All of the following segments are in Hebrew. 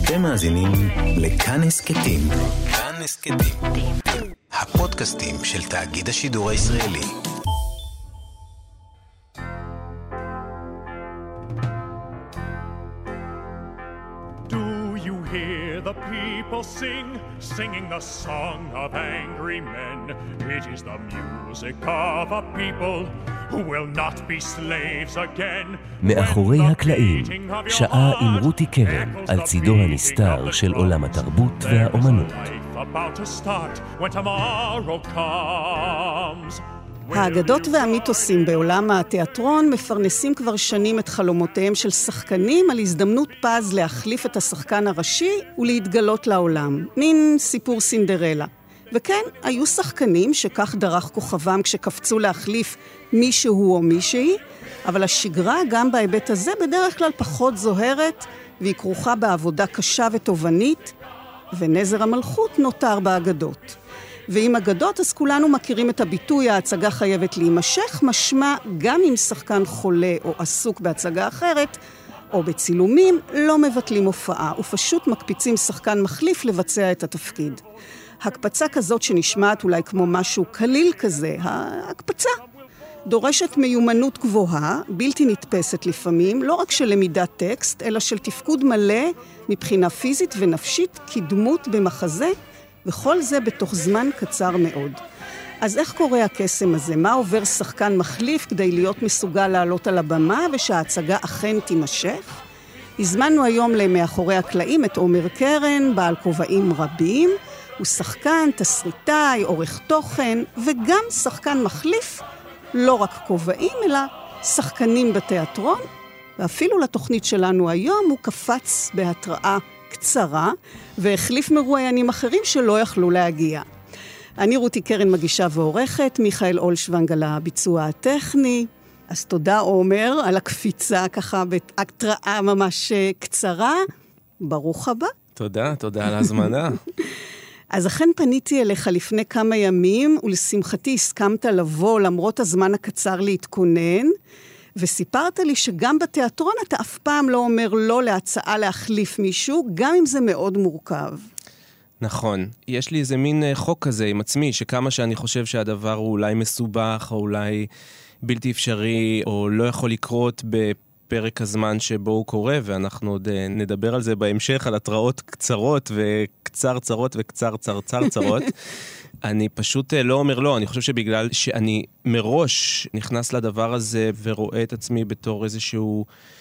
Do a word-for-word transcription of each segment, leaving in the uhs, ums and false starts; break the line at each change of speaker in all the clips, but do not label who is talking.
אתם מאזינים לכאן הסכתים. כאן הסכתים. הפודקאסטים של תאגיד השידור הישראלי.
The people sing, singing the song of angry men. It is the music of a people who will not be slaves again.
מאחורי הקלעים, שעה עם רותי קרן על צידו הנסתר של עולם התרבות והאומנות.
האגדות והמיתוסים בעולם התיאטרון מפרנסים כבר שנים את חלומותיהם של שחקנים על הזדמנות פז להחליף את השחקן הראשי ולהתגלות לעולם. מין סיפור סינדרלה. וכן, היו שחקנים שכך דרך כוכבם כשקפצו להחליף מישהו או מישהי, אבל השגרה גם בהיבט הזה בדרך כלל פחות זוהרת, והיא כרוכה בעבודה קשה ותובנית, ונזר המלכות נותר באגדות. ועם אגדות אז כולנו מכירים את הביטוי ההצגה חייבת להימשך, משמע גם אם שחקן חולה או עסוק בהצגה אחרת, או בצילומים, לא מבטלים הופעה, ופשוט מקפיצים שחקן מחליף לבצע את התפקיד. הקפצה כזאת שנשמעת אולי כמו משהו קליל כזה, ההקפצה, דורשת מיומנות גבוהה, בלתי נתפסת לפעמים, לא רק של למידת טקסט, אלא של תפקוד מלא מבחינה פיזית ונפשית, כדמות במחזה, וכל זה בתוך זמן קצר מאוד. אז איך קורה הקסם הזה? מה עובר שחקן מחליף כדי להיות מסוגל לעלות על הבמה ושההצגה אכן תימשך? הזמנו היום למאחורי הקלעים את עומר קרן, בעל כובעים רבים. הוא שחקן, תסריטאי, עורך תוכן, וגם שחקן מחליף, לא רק כובעים, אלא שחקנים בתיאטרון. ואפילו לתוכנית שלנו היום הוא קפץ בהתראה קצרה, והחליף מרואיינים אחרים שלא יכלו להגיע. אני רותי קרן מגישה ועורכת, מיכאל אולשוונג על הביצוע הטכני. אז תודה עומר על הקפיצה ככה בהתראה ממש קצרה. ברוך הבא.
תודה, תודה על ההזמנה.
אז אכן פניתי אליך לפני כמה ימים, ולשמחתי הסכמת לבוא למרות הזמן הקצר להתכונן, וסיפרת לי שגם בתיאטרון אתה אף פעם לא אומר לא להצעה להחליף מישהו, גם אם זה מאוד מורכב.
נכון. יש לי איזה מין חוק כזה עם עצמי, שכמה שאני חושב שהדבר הוא אולי מסובך, או אולי בלתי אפשרי, או לא יכול לקרות בפרק הזמן שבו הוא קורה, ואנחנו עוד נדבר על זה בהמשך, על התראות קצרות וקצר צרות וקצר צר צר צרות. אני פשוט לא אומר לא, אני חושב שבגלל שאני מראש נכנס לדבר הזה ורואה את עצמי בתור איזשהו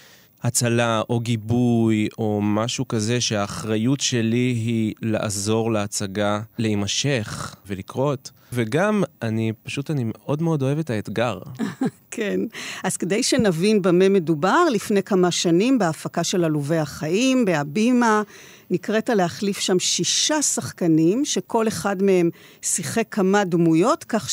הצלה או גיבוי או משהו כזה שהאחריות שלי היא לעזור להצגה להימשך ולקרות. וגם אני פשוט, אני מאוד מאוד אוהב את האתגר.
כן. אז כדי שנבין במה מדובר, לפני כמה שנים בהפקה של עלובי החיים, בהבימה, נקראת להחליף שם שישה שחקנים, שכל אחד מהם שיחק כמה דמויות, כך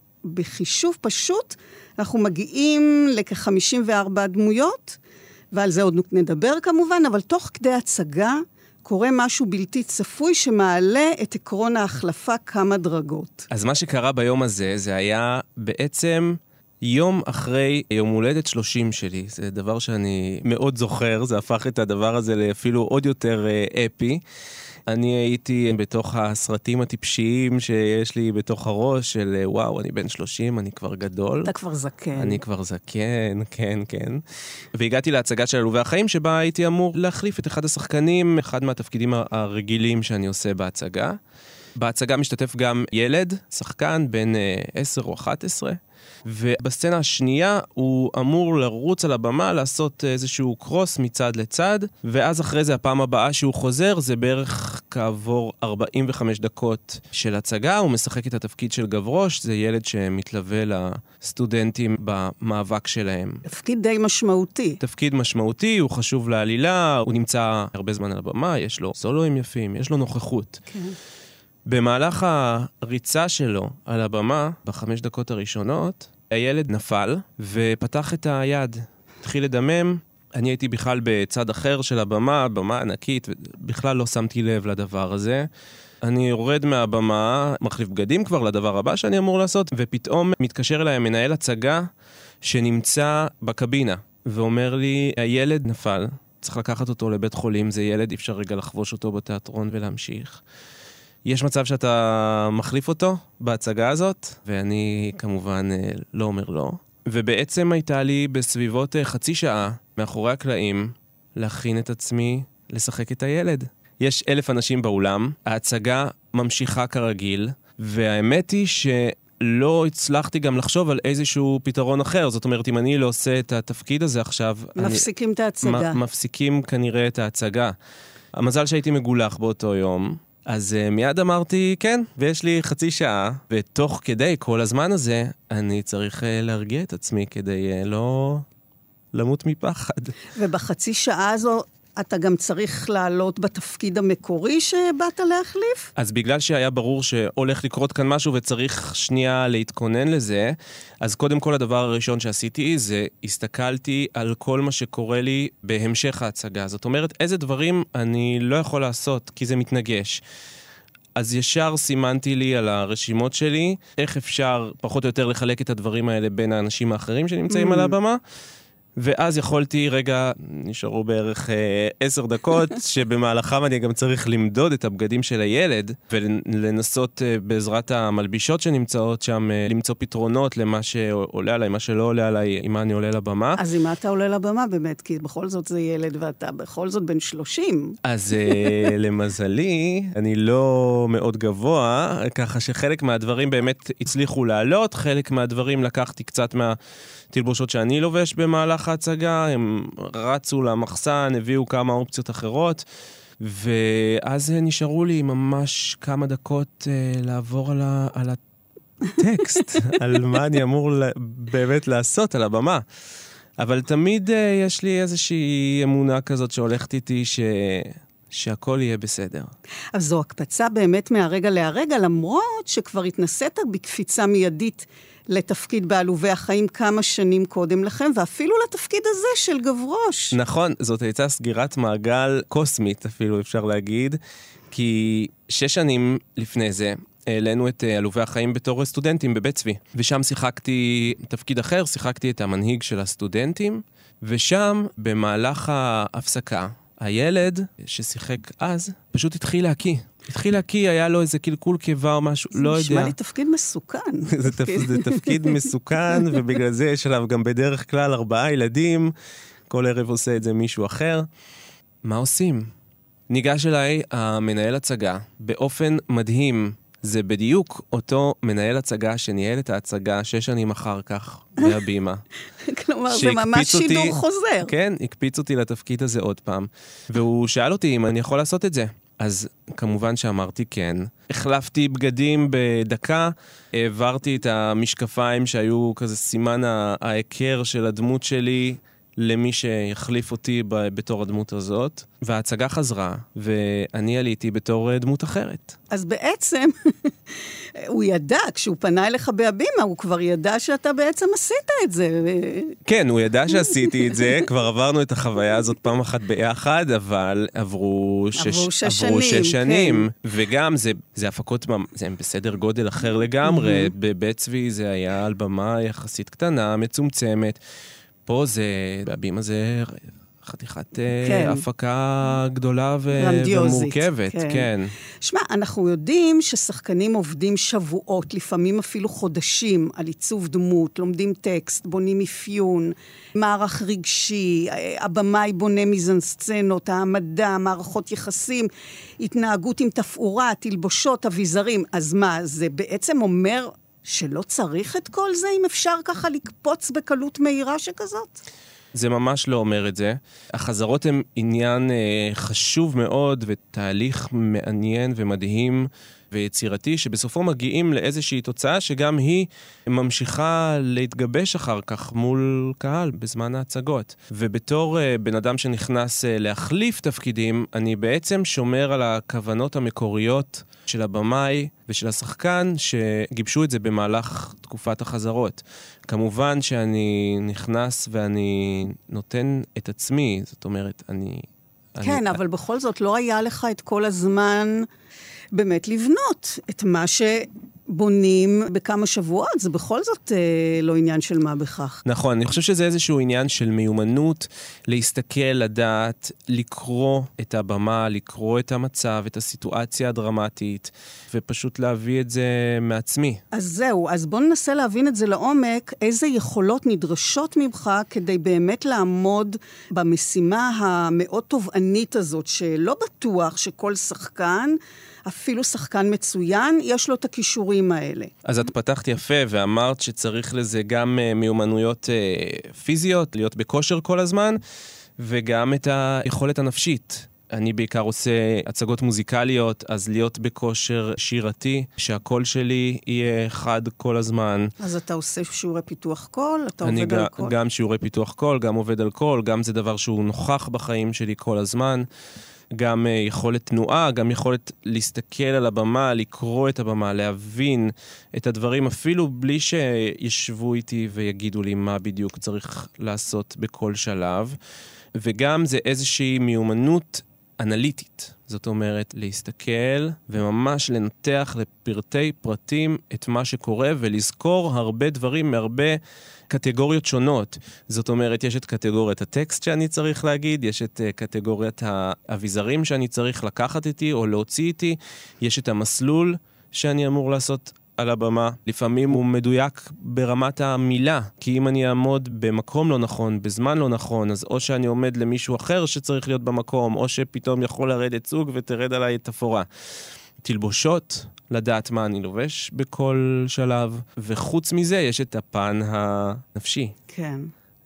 שבחישוב פשוט אנחנו מגיעים לכ-חמישים וארבע דמויות, ועל זה עוד נדבר כמובן, אבל תוך כדי הצגה קורה משהו בלתי צפוי שמעלה את עקרון ההחלפה כמה דרגות.
אז מה שקרה ביום הזה, זה היה בעצם יום אחרי יום הולדת שלושים שלי. זה דבר שאני מאוד זוכר, זה הפך את הדבר הזה לאפילו עוד יותר אפי. אני הייתי בתוך הסרטים הטיפשיים שיש לי בתוך הראש של וואו, אני בן שלושים, אני כבר גדול.
אתה כבר זקן.
אני כבר זקן, כן, כן. והגעתי להצגה של עלובי החיים, שבה הייתי אמור להחליף את אחד השחקנים, אחד מהתפקידים הרגילים שאני עושה בהצגה. בהצגה משתתף גם ילד, שחקן, בן עשר או אחת עשרה. ובסצנה השנייה הוא אמור לרוץ על הבמה, לעשות איזשהו קרוס מצד לצד, ואז אחרי זה הפעם הבאה שהוא חוזר, זה בערך כעבור ארבעים וחמש דקות של הצגה, הוא משחק את התפקיד של גברוש, זה ילד שמתלווה לסטודנטים במאבק שלהם.
תפקיד די משמעותי.
תפקיד משמעותי, הוא חשוב לעלילה, הוא נמצא הרבה זמן על הבמה, יש לו סולואים יפים, יש לו נוכחות. כן. במהלך הריצה שלו על הבמה, בחמש דקות הראשונות, הילד נפל ופתח את היד. התחיל לדמם, אני הייתי בכלל בצד אחר של הבמה, במה ענקית, ובכלל לא שמתי לב לדבר הזה. אני יורד מהבמה, מחליף בגדים כבר לדבר הבא שאני אמור לעשות, ופתאום מתקשר אליי מנהל הצגה שנמצא בקבינה, ואומר לי, הילד נפל, צריך לקחת אותו לבית חולים, זה ילד, אי אפשר רגע לחבוש אותו בתיאטרון ולהמשיך. יש מצב שאתה מחליף אותו בהצגה הזאת, ואני כמובן לא אומר לא. ובעצם הייתה לי בסביבות חצי שעה מאחורי הקלעים להכין את עצמי לשחק את הילד. יש אלף אנשים באולם, ההצגה ממשיכה כרגיל, והאמת היא שלא הצלחתי גם לחשוב על איזשהו פתרון אחר. זאת אומרת, אם אני לא עושה את התפקיד הזה עכשיו...
מפסיקים
אני...
את ההצגה.
מ- מפסיקים כנראה את ההצגה. המזל שהייתי מגולח באותו יום, אז uh, מיד אמרתי, כן, ויש לי חצי שעה, ותוך כדי כל הזמן הזה, אני צריך uh, להרגיע את עצמי כדי uh, לא למות מפחד.
ובחצי שעה הזו, אתה גם צריך לעלות בתפקיד המקורי שבאת להחליף?
אז בגלל שהיה ברור שהולך לקרות כאן משהו וצריך שנייה להתכונן לזה, אז קודם כל הדבר הראשון שעשיתי זה הסתכלתי על כל מה שקורה לי בהמשך ההצגה. זאת אומרת, איזה דברים אני לא יכול לעשות כי זה מתנגש. אז ישר סימנתי לי על הרשימות שלי איך אפשר פחות או יותר לחלק את הדברים האלה בין האנשים האחרים שנמצאים mm. על הבמה. ואז יכולתי, רגע, נשארו בערך אה, עשר דקות, שבמהלכם אני גם צריך למדוד את הבגדים של הילד, ולנסות אה, בעזרת המלבישות שנמצאות שם, אה, למצוא פתרונות למה שעולה עליי, מה שלא עולה עליי, עם מה אני עולה לבמה.
אז עם מה אתה עולה לבמה באמת? כי בכל זאת זה ילד ואתה בכל זאת בן שלושים.
אז אה, למזלי, אני לא מאוד גבוה, ככה שחלק מהדברים באמת הצליחו לעלות, חלק מהדברים לקחתי קצת מה... תלבושות שאני לובש במהלך ההצגה, הם רצו למחסן, הביאו כמה אופציות אחרות, ואז נשארו לי ממש כמה דקות uh, לעבור על, ה, על הטקסט, על מה אני אמור באמת לעשות על הבמה. אבל תמיד uh, יש לי איזושהי אמונה כזאת שהולכת איתי ש... שהכל יהיה בסדר.
אז זו הקפצה באמת מהרגע להרגע, למרות שכבר התנסית בקפיצה מיידית לתפקיד בעלובי החיים כמה שנים קודם לכם, ואפילו לתפקיד הזה של גברוש.
נכון, זאת הייתה סגירת מעגל קוסמית, אפילו אפשר להגיד, כי שש שנים לפני זה, העלינו את עלובי החיים בתור סטודנטים בבית צבי, ושם שיחקתי תפקיד אחר, שיחקתי את המנהיג של הסטודנטים, ושם במהלך ההפסקה, הילד ששיחק אז פשוט התחיל להקיא. התחיל להקיא, היה לו איזה קלקול קיבה או משהו, לא יודע.
זה נשמע לי תפקיד מסוכן.
זה, תפ... זה תפקיד מסוכן, ובגלל זה יש עליו גם בדרך כלל ארבעה ילדים, כל ערב עושה את זה מישהו אחר. מה עושים? ניגש אליי המנהל הצגה, באופן מדהים, זה בדיוק אותו מנהל הצגה שניהל את ההצגה שש שנים אחר כך, מהבימה.
כלומר, זה ממש שידור
אותי,
חוזר.
כן, הקפיץ אותי לתפקיד הזה עוד פעם, והוא שאל אותי אם אני יכול לעשות את זה. אז כמובן שאמרתי כן. החלפתי בגדים בדקה, העברתי את המשקפיים שהיו כזה סימן ההיכר של הדמות שלי, למי שיחליף אותי בתור הדמות הזאת, וההצגה חזרה, ואני עליתי בתור דמות אחרת.
אז בעצם, הוא ידע, כשהוא פנה אליך בהבימה, הוא כבר ידע שאתה בעצם עשית את זה.
כן, הוא ידע שעשיתי את זה, כבר עברנו את החוויה הזאת פעם אחת ביחד, אבל עברו שש,
עברו שש
עברו
שנים,
שש שנים
כן.
וגם זה, זה הפקות, זה בסדר גודל אחר לגמרי, mm-hmm. בבית צבי זה היה על במה יחסית קטנה, מצומצמת, פה זה, בהבימה זה חתיכת כן. הפקה גדולה ו... ומורכבת. כן. כן.
שמה, אנחנו יודעים ששחקנים עובדים שבועות, לפעמים אפילו חודשים, על עיצוב דמות, לומדים טקסט, בונים אפיון, מערך רגשי, הבמאי בונה מיזנסצנות, העמדה, מערכות יחסים, התנהגות עם תפאורה, תלבושות, אביזרים. אז מה, זה בעצם אומר שלא צריך את כל זה, אם אפשר ככה לקפוץ בקלות מהירה שכזאת?
זה ממש לא אומר את זה. החזרות הן עניין אה, חשוב מאוד ותהליך מעניין ומדהים ויצירתי, שבסופו מגיעים לאיזושהי תוצאה שגם היא ממשיכה להתגבש אחר כך מול קהל בזמן ההצגות. ובתור אה, בן אדם שנכנס אה, להחליף תפקידים, אני בעצם שומר על הכוונות המקוריות של הבמאי ושל השחקן שגיבשו את זה במהלך תקופת החזרות. כמובן שאני נכנס ואני נותן את עצמי, זאת אומרת, אני...
כן, אני... אבל בכל זאת לא היה לך את כל הזמן באמת לבנות את מה בונים בכמה שבועות, זה בכל זאת אה, לא עניין של מה בכך.
נכון, אני חושב שזה איזשהו עניין של מיומנות, להסתכל, לדעת, לקרוא את הבמה, לקרוא את המצב, את הסיטואציה הדרמטית, ופשוט להביא את זה מעצמי.
אז זהו, אז בוא ננסה להבין את זה לעומק, איזה יכולות נדרשות ממך כדי באמת לעמוד במשימה המאוד תובענית הזאת, שלא בטוח שכל שחקן, אפילו שחקן מצוין, יש לו את הכישורים האלה.
אז את פתחת יפה ואמרת שצריך לזה גם מיומנויות פיזיות, להיות בכושר כל הזמן, וגם את היכולת הנפשית. אני בעיקר עושה הצגות מוזיקליות, אז להיות בכושר שירתי, שהקול שלי יהיה חד כל הזמן.
אז אתה עושה שיעורי פיתוח קול, אתה עובד
אני
על קול?
גם שיעורי פיתוח קול, גם עובד על קול, גם זה דבר שהוא נוכח בחיים שלי כל הזמן. גם יכולת תנועה, גם יכולת להסתכל על הבמה, לקרוא את הבמה, להבין את הדברים, אפילו בלי שישבו איתי ויגידו לי מה בדיוק צריך לעשות בכל שלב. וגם זה איזושהי מיומנות אנליטית. זאת אומרת, להסתכל וממש לנתח לפרטי פרטים את מה שקורה ולזכור הרבה דברים מהרבה קטגוריות שונות. זאת אומרת, יש את קטגוריית הטקסט שאני צריך להגיד, יש את קטגוריית האביזרים שאני צריך לקחת איתי או להוציא איתי, יש את המסלול שאני אמור לעשות על הבמה. לפעמים הוא מדויק ברמת המילה, כי אם אני אעמוד במקום לא נכון, בזמן לא נכון, אז או שאני עומד למישהו אחר שצריך להיות במקום, או שפתאום יכול לרדת סוג ותרד עליי את תפורה. תלבושות, לדעת מה אני לובש בכל שלב, וחוץ מזה יש את הפן הנפשי.
כן.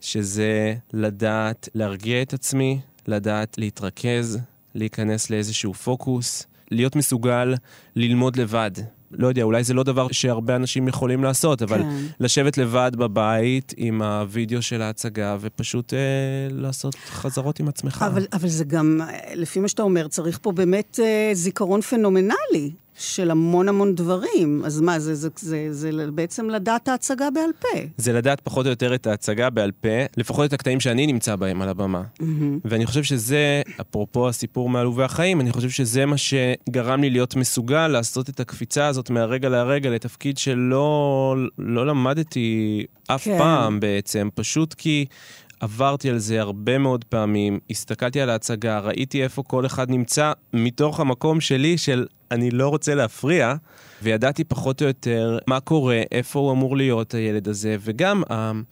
שזה לדעת להרגיע את עצמי, לדעת להתרכז, להיכנס לאיזשהו פוקוס, להיות מסוגל ללמוד לבד. לא יודע, אולי זה לא דבר שהרבה אנשים יכולים לעשות, אבל כן. לשבת לבד בבית עם הוידאו של ההצגה, ופשוט אה, לעשות חזרות עם עצמך.
אבל, אבל זה גם, לפי מה שאתה אומר, צריך פה באמת אה, זיכרון פנומנלי של המון המון דברים. אז מה, זה, זה, זה, זה, זה בעצם לדעת ההצגה בעל פה.
זה לדעת פחות או יותר את ההצגה בעל פה, לפחות את הקטעים שאני נמצא בהם על הבמה. Mm-hmm. ואני חושב שזה, אפרופו הסיפור מעלובי החיים, אני חושב שזה מה שגרם לי להיות מסוגל לעשות את הקפיצה הזאת מהרגע להרגע לתפקיד שלא לא למדתי אף כן. פעם בעצם, פשוט כי עברתי על זה הרבה מאוד פעמים, הסתכלתי על ההצגה, ראיתי איפה כל אחד נמצא מתוך המקום שלי של אני לא רוצה להפריע, וידעתי פחות או יותר מה קורה, איפה הוא אמור להיות הילד הזה, וגם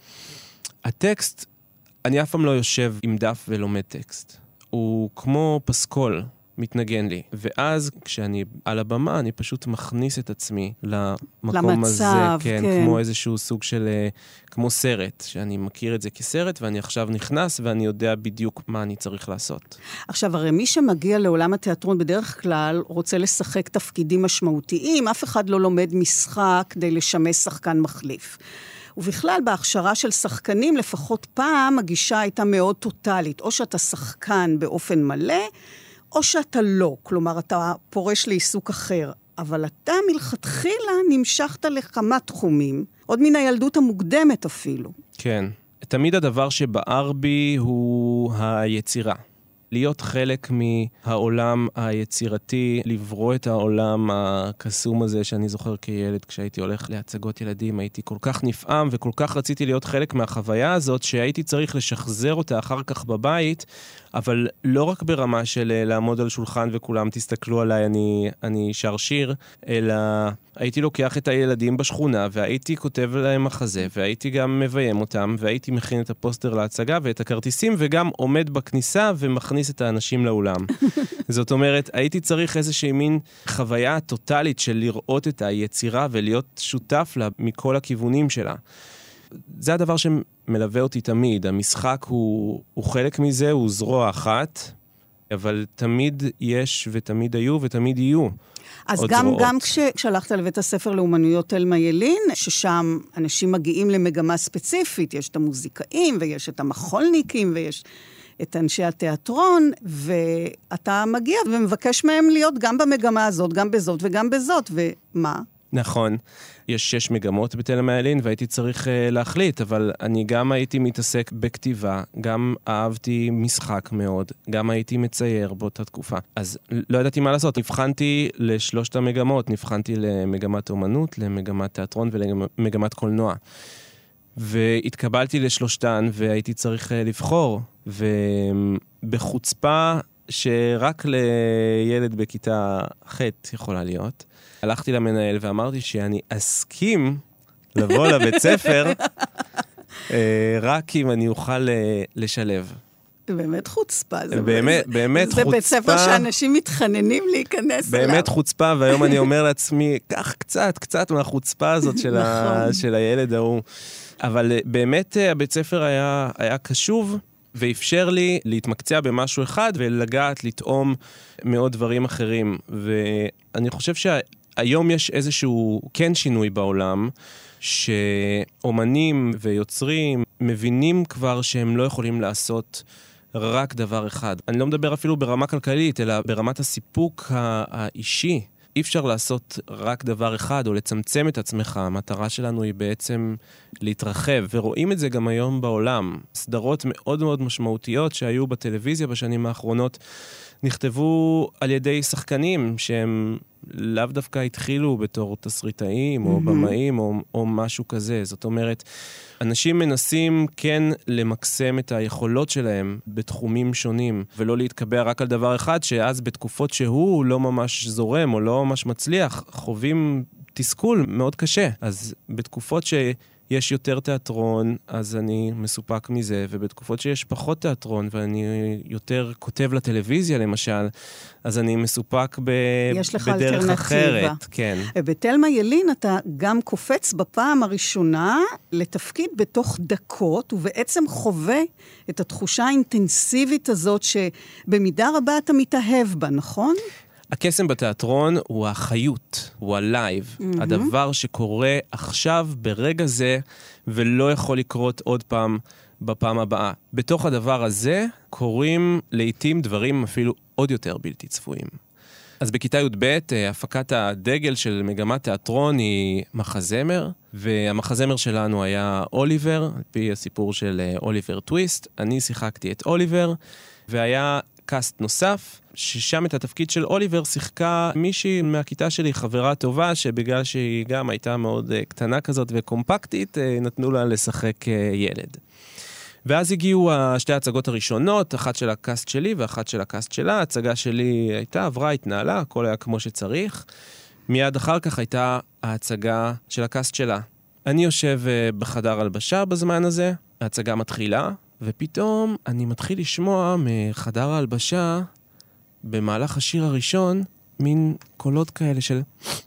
הטקסט, אני אף פעם לא יושב עם דף ולומד טקסט. הוא כמו פסקול, מתנגן לי. ואז כשאני על הבמה, אני פשוט מכניס את עצמי למקום
למצב,
הזה, כן,
כן.
כמו איזשהו סוג של, כמו סרט, שאני מכיר את זה כסרט, ואני עכשיו נכנס, ואני יודע בדיוק מה אני צריך לעשות.
עכשיו, הרי מי שמגיע לעולם התיאטרון בדרך כלל רוצה לשחק תפקידים משמעותיים, אף אחד לא לומד משחק כדי לשמש שחקן מחליף. ובכלל, בהכשרה של שחקנים, לפחות פעם, הגישה הייתה מאוד טוטלית. או שאתה שחקן באופן מלא, או שאתה לא. כלומר, אתה פורש לעיסוק אחר. אבל אתה מלכתחילה נמשכת לכמה תחומים. עוד מן הילדות המוקדמת אפילו.
כן. תמיד הדבר שבער בי הוא היצירה. להיות חלק מהעולם היצירתי, לברוא את העולם הקסום הזה שאני זוכר כילד, כשהייתי הולך להצגות ילדים, הייתי כל כך נפעם וכל כך רציתי להיות חלק מהחוויה הזאת, שהייתי צריך לשחזר אותה אחר כך בבית, אבל לא רק ברמה של לעמוד על שולחן וכולם תסתכלו עליי, אני, אני שר שיר, אלא הייתי לוקח את הילדים בשכונה, והייתי כותב להם מחזה, והייתי גם מביים אותם, והייתי מכין את הפוסטר להצגה ואת הכרטיסים, וגם עומד בכניסה ומכניס את האנשים לאולם. זאת אומרת, הייתי צריך איזושהי מין חוויה טוטלית של לראות את היצירה ולהיות שותף לה מכל הכיוונים שלה. זה הדבר שמלווה אותי תמיד. המשחק הוא, הוא חלק מזה, הוא זרוע אחת, אבל תמיד יש ותמיד היו ותמיד יהיו.
אז גם, גם כשהלכת לבית הספר לאומנויות תלמה ילין, ששם אנשים מגיעים למגמה ספציפית, יש את המוזיקאים ויש את המחולניקים ויש את אנשי התיאטרון, ואתה מגיע ומבקש מהם להיות גם במגמה הזאת, גם בזאת וגם בזאת, ומה?
נכון, יש שש מגמות בתלמה ילין והייתי צריך uh, להחליט, אבל אני גם הייתי מתעסק בכתיבה, גם אהבתי משחק מאוד, גם הייתי מצייר באותה תקופה. אז לא ידעתי מה לעשות, נבחנתי לשלושת המגמות, נבחנתי למגמת אומנות, למגמת תיאטרון ולמגמת קולנוע. והתקבלתי לשלושתן והייתי צריך uh, לבחור, ובחוצפה שרק לילד בכיתה ח' יכולה להיות, הלכתי למנהל ואמרתי שאני אסכים לבוא לבית ספר רק אם אני אוכל לשלב.
באמת חוצפה.
באמת, באמת חוצפה.
זה בית ספר שאנשים מתחננים להיכנס אליו.
באמת חוצפה, והיום אני אומר לעצמי, קח קצת, קצת מהחוצפה הזאת של הילד ההוא. אבל באמת הבית ספר היה קשוב, ואפשר לי להתמקצע במשהו אחד ולגעת, לטעום מאוד דברים אחרים. ואני חושב שהיום יש איזשהו כן שינוי בעולם, שאומנים ויוצרים מבינים כבר שהם לא יכולים לעשות רק דבר אחד. אני לא מדבר אפילו ברמה כלכלית, אלא ברמת הסיפוק האישי. אי אפשר לעשות רק דבר אחד או לצמצם את עצמך. המטרה שלנו היא בעצם להתרחב, ורואים את זה גם היום בעולם. סדרות מאוד מאוד משמעותיות שהיו בטלוויזיה בשנים האחרונות, נכתבו על ידי שחקנים שהם לאו דווקא התחילו בתור תסריטאים או במאים או, או משהו כזה. זאת אומרת, אנשים מנסים כן למקסם את היכולות שלהם בתחומים שונים, ולא להתקבע רק על דבר אחד, שאז בתקופות שהוא לא ממש זורם או לא ממש מצליח, חווים תסכול מאוד קשה. אז בתקופות שיש יותר תיאטרון, אז אני מסופק מזה, ובתקופות שיש פחות תיאטרון, ואני יותר כותב לטלוויזיה למשל, אז אני מסופק ב... בדרך אחרת. כן.
בתלמה ילין אתה גם קופץ בפעם הראשונה לתפקיד בתוך דקות, ובעצם חווה את התחושה האינטנסיבית הזאת שבמידה רבה אתה מתאהב בה, נכון?
הקסם בתיאטרון הוא החיות, הוא הלייב, mm-hmm. הדבר שקורה עכשיו ברגע זה, ולא יכול לקרות עוד פעם בפעם הבאה. בתוך הדבר הזה קורים לעתים דברים אפילו עוד יותר בלתי צפויים. אז בכיתה י' ב' הפקת הדגל של מגמת תיאטרון היא מחזמר, והמחזמר שלנו היה אוליבר, על פי הסיפור של אוליבר טוויסט. אני שיחקתי את אוליבר, והיה קאסט נוסף, ששם את התפקיד של אוליבר שיחקה מישהי מהכיתה שלי, חברה טובה, שבגלל שהיא גם הייתה מאוד קטנה כזאת וקומפקטית, נתנו לה לשחק ילד. ואז הגיעו שתי ההצגות הראשונות, אחת של הקאסט שלי ואחת של הקאסט שלה. ההצגה שלי הייתה, עברה, התנהלה, הכל היה כמו שצריך. מיד אחר כך הייתה ההצגה של הקאסט שלה. אני יושב בחדר הלבשה בזמן הזה, ההצגה מתחילה, ופתאום אני מתחיל לשמוע מחדר ההלבשה, במהלך השיר הראשון, מין קולות כאלה של...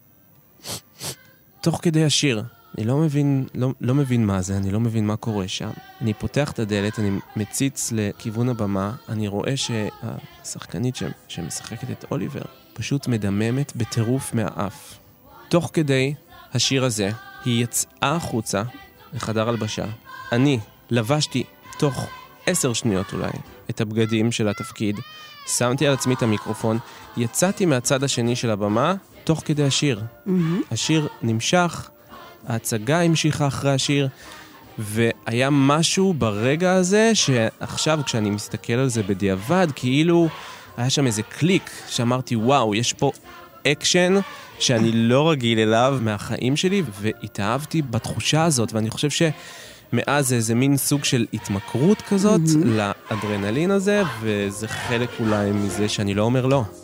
תוך כדי השיר. אני לא מבין, לא, לא מבין מה זה, אני לא מבין מה קורה שם. אני פותח את הדלת, אני מציץ לכיוון הבמה, אני רואה שהשחקנית ש... שמשחקת את אוליבר פשוט מדממת בטירוף מהאף. תוך כדי השיר הזה, היא יצאה החוצה לחדר הלבשה. אני לבשתי תוך עשר שניות אולי את הבגדים של התפקיד, שמתי על עצמי את המיקרופון, יצאתי מהצד השני של הבמה תוך כדי השיר. Mm-hmm. השיר נמשך, ההצגה המשיכה אחרי השיר, והיה משהו ברגע הזה שעכשיו כשאני מסתכל על זה בדיעבד, כאילו היה שם איזה קליק שאמרתי, וואו, יש פה אקשן שאני לא רגיל אליו מהחיים שלי, והתאהבתי בתחושה הזאת, ואני חושב שמאז זה איזה מין סוג של התמכרות כזאת mm-hmm. לאדרנלין הזה, וזה חלק אולי מזה שאני לא אומר לא.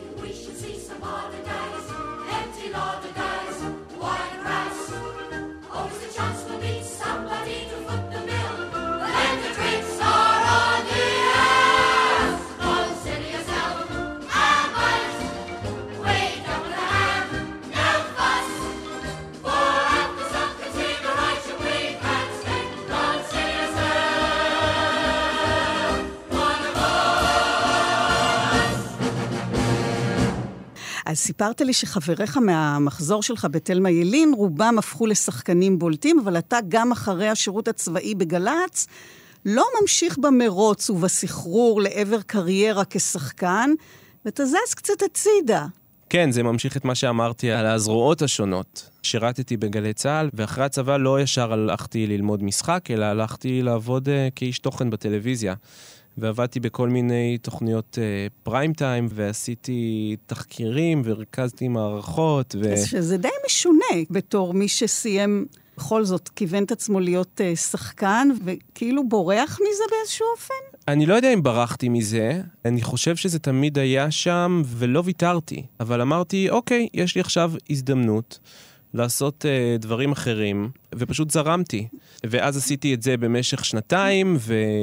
אז סיפרת לי שחבריך מהמחזור שלך בתלמה ילין, רובם הפכו לשחקנים בולטים, אבל אתה גם אחרי השירות הצבאי בגלץ, לא ממשיך במרוץ ובסחרור לעבר קריירה כשחקן, ואתה זז קצת הצידה.
כן, זה ממשיך את מה שאמרתי על הזרועות השונות. שירתתי בגלי צהל, ואחרי הצבא לא ישר הלכתי ללמוד משחק, אלא הלכתי לעבוד uh, כאיש תוכן בטלוויזיה. ועבדתי בכל מיני תוכניות uh, פריים טיים, ועשיתי תחקירים, ורכזתי מערכות. ו...
אז שזה די משונה, בתור מי שסיים, בכל זאת, כיוון את עצמו להיות uh, שחקן, וכאילו בורח מזה באיזשהו אופן?
אני לא יודע אם ברחתי מזה, אני חושב שזה תמיד היה שם, ולא ויתרתי. אבל אמרתי, אוקיי, יש לי עכשיו הזדמנות לעשות uh, דברים אחרים, ופשוט זרמתי. ואז עשיתי את זה במשך שנתיים,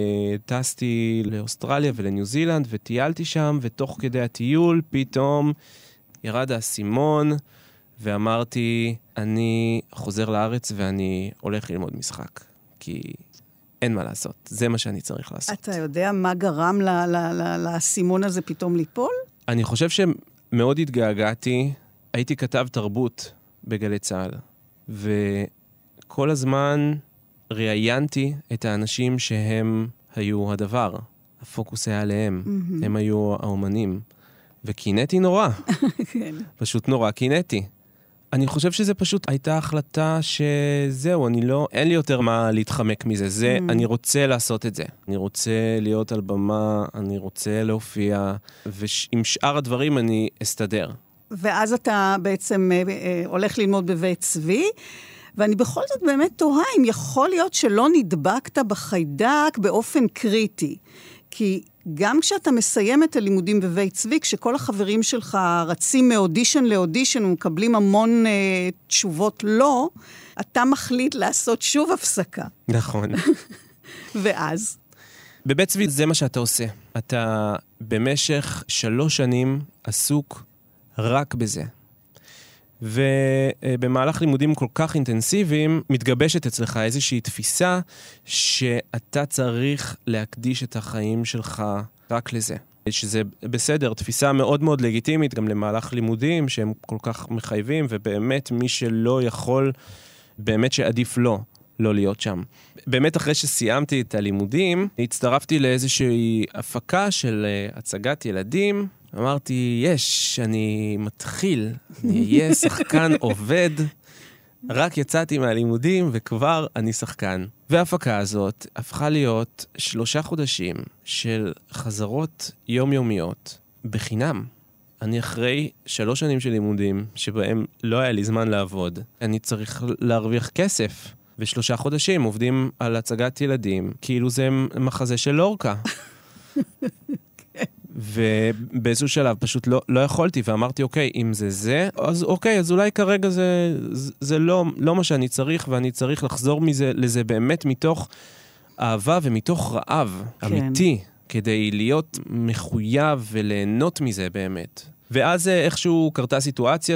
וטסתי לאוסטרליה ולניו זילנד, וטיילתי שם, ותוך כדי הטיול פתאום ירד האסימון, ואמרתי, אני חוזר לארץ ואני הולך ללמוד משחק. כי אין מה לעשות, זה מה שאני צריך לעשות.
אתה יודע מה גרם ל- ל- ל- לאסימון הזה פתאום ליפול?
אני חושב שמאוד התגעגעתי, הייתי כתב תרבות בגלי צהל, וכל הזמן ראיינתי את האנשים שהם היו הדבר. הפוקוס היה עליהם, mm-hmm. הם היו האומנים. וקינאתי נורא.
כן.
פשוט נורא קינאתי. אני חושב שזה פשוט הייתה החלטה שזהו, אני לא, אין לי יותר מה להתחמק מזה. זה, mm. אני רוצה לעשות את זה. אני רוצה להיות על במה, אני רוצה להופיע, ועם שאר הדברים אני אסתדר.
ואז אתה בעצם אה, אה, הולך ללמוד בבית צבי, ואני בכל זאת באמת תוהה אם יכול להיות שלא נדבקת בחיידק באופן קריטי. כי גם כשאתה מסיים את הלימודים בבית צבי, כשכל החברים שלך רצים מאודישן לאודישן ומקבלים המון אה, תשובות לא, אתה מחליט לעשות שוב הפסקה.
נכון.
ואז?
בבית צבי זה מה שאתה עושה. אתה במשך שלוש שנים עסוק רק בזה. ובמהלך לימודים כל כך אינטנסיביים, מתגבשת אצלך איזושהי תפיסה שאתה צריך להקדיש את החיים שלך רק לזה. שזה בסדר, תפיסה מאוד מאוד לגיטימית, גם למהלך לימודים שהם כל כך מחייבים, ובאמת מי שלא יכול, באמת שעדיף לו לא להיות שם. באמת אחרי שסיימתי את הלימודים, הצטרפתי לאיזושהי הפקה של הצגת ילדים, אמרתי, יש, אני מתחיל, אני אהיה שחקן עובד, רק יצאתי מהלימודים וכבר אני שחקן. וההפקה הזאת הפכה להיות שלושה חודשים של חזרות יומיומיות בחינם. אני אחרי שלוש שנים של לימודים שבהם לא היה לי זמן לעבוד, אני צריך להרוויח כסף. ושלושה חודשים עובדים על הצגת ילדים, כאילו זה מחזה של לורקה. ובאיזשהו שלב פשוט לא, לא יכולתי, ואמרתי, אוקיי, אם זה זה, אז אוקיי, אז אולי כרגע זה, זה לא, לא מה שאני צריך, ואני צריך לחזור מזה, לזה באמת מתוך אהבה ומתוך רעב כן. אמיתי, כדי להיות מחויב וליהנות מזה באמת. ואז איכשהו קרתה סיטואציה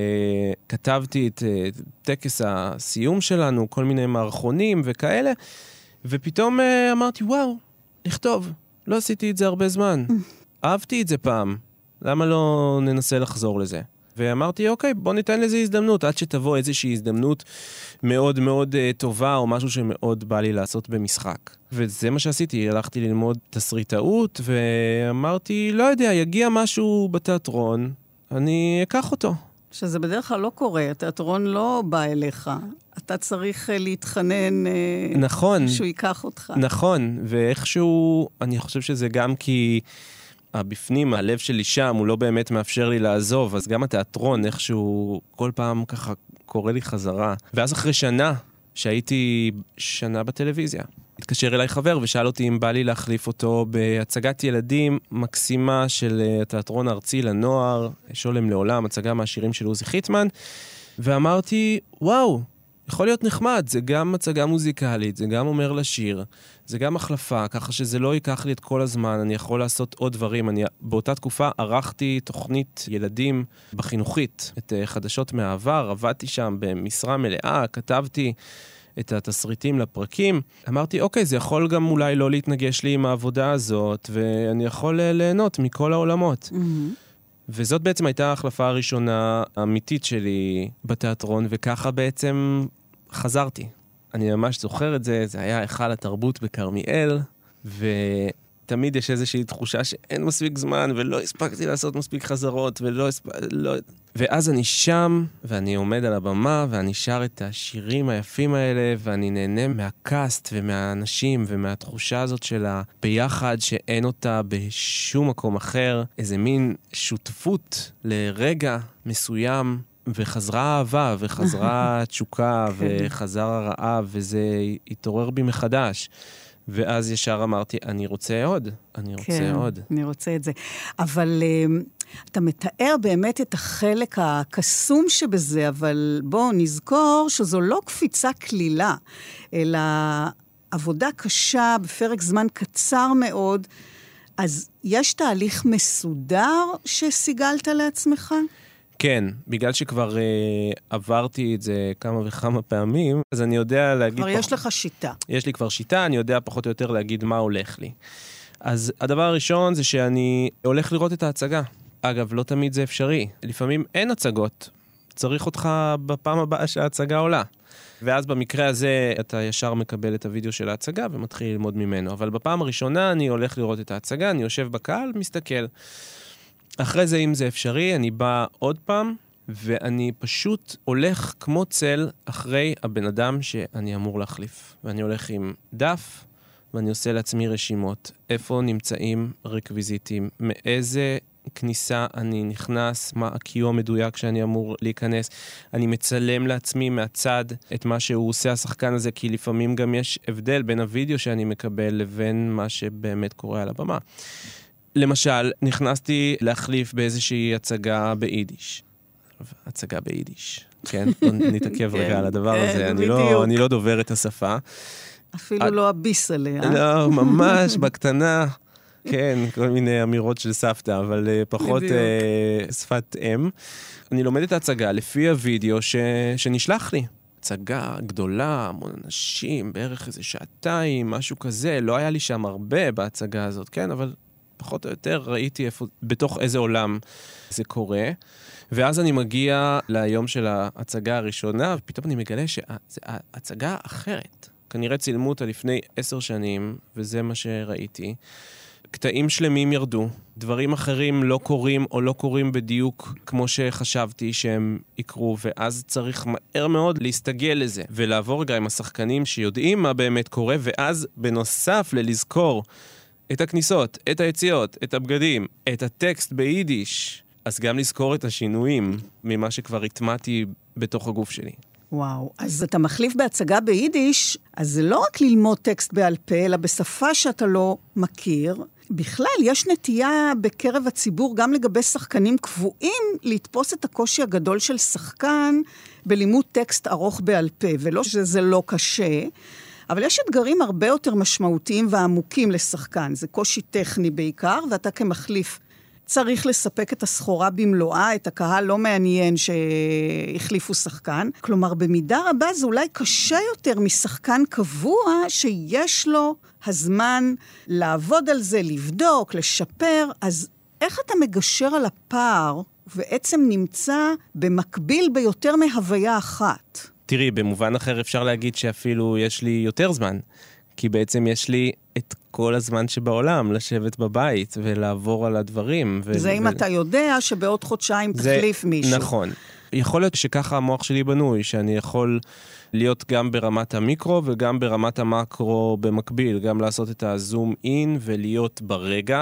שכתבתי את טקס הסיום שלנו, כל מיני מערכונים וכאלה, ופתאום אמרתי, וואו, לכתוב. לא עשיתי את זה הרבה זמן. אהבתי את זה פעם. למה לא ננסה לחזור לזה? ואמרתי, אוקיי, בוא ניתן לזה הזדמנות, עד שתבוא איזושהי הזדמנות מאוד מאוד uh, טובה, או משהו שמאוד בא לי לעשות במשחק. וזה מה שעשיתי, הלכתי ללמוד תסריטאות, ואמרתי, לא יודע, יגיע משהו בתיאטרון, אני אקח אותו.
שזה בדרך כלל לא קורה, התיאטרון לא בא אליך. אתה צריך להתחנן
נכון,
שהוא ייקח אותך.
נכון, ואיכשהו, אני חושב שזה גם כי הבפנים, הלב שלי שם, הוא לא באמת מאפשר לי לעזוב, אז גם התיאטרון איכשהו כל פעם ככה קורא לי חזרה. ואז אחרי שנה, שהייתי שנה בטלוויזיה, התקשר אליי חבר ושאל אותי אם בא לי להחליף אותו בהצגת ילדים מקסימה של התיאטרון הארצי לנוער, שולם לעולם, הצגה מהשירים של עוזי חיטמן, ואמרתי, וואו, יכול להיות נחמד, זה גם הצגה מוזיקלית, זה גם אומר לשיר, זה גם החלפה, ככה שזה לא ייקח לי את כל הזמן, אני יכול לעשות עוד דברים. אני באותה תקופה ערכתי תוכנית ילדים בחינוכית, את חדשות מהעבר, עבדתי שם במשרה מלאה, כתבתי את התסריטים לפרקים. אמרתי, אוקיי, זה יכול גם אולי לא להתנגש לי עם העבודה הזאת, ואני יכול ליהנות מכל העולמות. Mm-hmm. וזאת בעצם הייתה ההחלפה הראשונה האמיתית שלי בתיאטרון, וככה בעצם חזרתי. אני ממש זוכר את זה, זה היה היכל התרבות בכרמיאל, תמיד יש איזושהי תחושה שאין מספיק זמן, ולא הספקתי לעשות מספיק חזרות, ולא הספק... לא... ואז אני שם, ואני עומד על הבמה, ואני שר את השירים היפים האלה, ואני נהנה מהקאסט ומהאנשים, ומהתחושה הזאת של הביחד, שאין אותה בשום מקום אחר. איזה מין שותפות לרגע מסוים, וחזרה אהבה, וחזרה תשוקה, וחזר הרעב, וזה התעורר בי מחדש. ואז ישר אמרתי, אני רוצה עוד, אני רוצה
כן,
עוד.
אני רוצה את זה. אבל uh, אתה מתאר באמת את החלק הקסום שבזה, אבל בואו נזכור שזו לא קפיצה כלילה, אלא עבודה קשה בפרק זמן קצר מאוד. אז יש תהליך מסודר שסיגלת לעצמך?
כן, בגלל שכבר uh, עברתי את זה כמה וכמה פעמים, אז אני יודע להגיד...
כבר
פח...
יש לך שיטה.
יש לי כבר שיטה, אני יודע פחות או יותר להגיד מה הולך לי. אז הדבר הראשון זה שאני הולך לראות את ההצגה. אגב, לא תמיד זה אפשרי. לפעמים אין הצגות. צריך אותך בפעם הבאה שההצגה עולה. ואז במקרה הזה אתה ישר מקבל את הוידאו של ההצגה ומתחיל ללמוד ממנו. אבל בפעם הראשונה אני הולך לראות את ההצגה, אני יושב בקהל, מסתכל. אחרי זה, אם זה אפשרי, אני בא עוד פעם, ואני פשוט הולך כמו צל אחרי הבן אדם שאני אמור להחליף. ואני הולך עם דף, ואני עושה לעצמי רשימות. איפה נמצאים רקוויזיטים, מאיזה כניסה אני נכנס, מה הקיו המדויק שאני אמור להיכנס. אני מצלם לעצמי מהצד את מה שהוא עושה השחקן הזה, כי לפעמים גם יש הבדל בין הוידאו שאני מקבל לבין מה שבאמת קורה על הבמה. למשל, נכנסתי להחליף באיזושהי הצגה ביידיש. הצגה ביידיש, כן? נתעכב רגע על הדבר הזה. אני לא דובר את השפה.
אפילו לא אביס עליה.
לא, ממש בקטנה. כן, כל מיני אמירות של סבתא, אבל פחות שפת אם. אני לומד את ההצגה לפי הוידאו שנשלח לי. הצגה גדולה, המון אנשים, בערך איזה שעתיים, משהו כזה. לא היה לי שם הרבה בהצגה הזאת, כן? אבל פחות או יותר ראיתי איפה, בתוך איזה עולם זה קורה. ואז אני מגיע ליום של ההצגה הראשונה, ופתאום אני מגלה שזו הצגה אחרת. כנראה צילמו אותה לפני עשר שנים, וזה מה שראיתי. קטעים שלמים ירדו, דברים אחרים לא קורים או לא קורים בדיוק כמו שחשבתי שהם יקרו, ואז צריך מהר מאוד להסתגל לזה, ולעבור רגע עם השחקנים שיודעים מה באמת קורה, ואז בנוסף ללזכור את הכניסות, את היציאות, את הבגדים, את הטקסט ביידיש, אז גם לזכור את השינויים ממה שכבר התמעתי בתוך הגוף שלי.
וואו, אז אתה מחליף בהצגה ביידיש, אז זה לא רק ללמוד טקסט בעל פה, אלא בשפה שאתה לא מכיר. בכלל, יש נטייה בקרב הציבור, גם לגבי שחקנים קבועים, לתפוס את הקושי הגדול של שחקן בלימוד טקסט ארוך בעל פה, ולא שזה לא קשה, אבל יש אתגרים הרבה יותר משמעותיים ועמוקים לשחקן. זה קושי טכני בעיקר, ואתה כמחליף צריך לספק את הסחורה במלואה, את הקהל לא מעניין שהחליפו שחקן. כלומר, במידה רבה זה אולי קשה יותר משחקן קבוע שיש לו הזמן לעבוד על זה, לבדוק, לשפר. אז איך אתה מגשר על הפער ובעצם נמצא במקביל ביותר מהוויה אחת?
תראי, במובן אחר אפשר להגיד שאפילו יש לי יותר זמן. כי בעצם יש לי את כל הזמן שבעולם, לשבת בבית ולעבור על הדברים. ו-
זה אם ו- אתה יודע שבעוד חודשיים תחליף מישהו.
נכון. יכול להיות שככה המוח שלי בנוי, שאני יכול להיות גם ברמת המיקרו וגם ברמת המקרו במקביל, גם לעשות את הזום אין ולהיות ברגע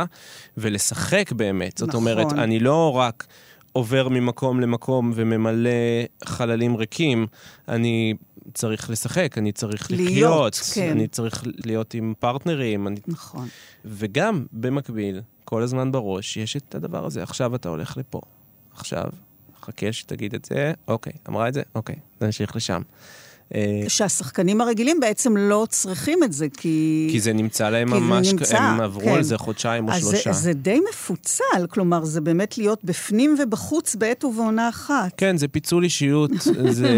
ולשחק באמת. זאת
נכון.
אומרת, אני לא רק עובר ממקום למקום וממלא חללים ריקים, אני צריך לשחק, אני צריך
להיות,
לחיות,
כן.
אני צריך להיות עם פרטנרים. אני...
נכון.
וגם במקביל, כל הזמן בראש, יש את הדבר הזה. עכשיו אתה הולך לפה. עכשיו, חכה שתגיד את זה, אוקיי, אמרה את זה, אוקיי, נמשיך לשם.
שהשחקנים הרגילים בעצם לא צריכים את זה, כי...
כי זה נמצא להם ממש, נמצא, הם עברו כן. על זה חודשיים או
אז
שלושה.
זה, זה די מפוצל, כלומר, זה באמת להיות בפנים ובחוץ בעת ובעונה אחת.
כן, זה פיצול אישיות, זה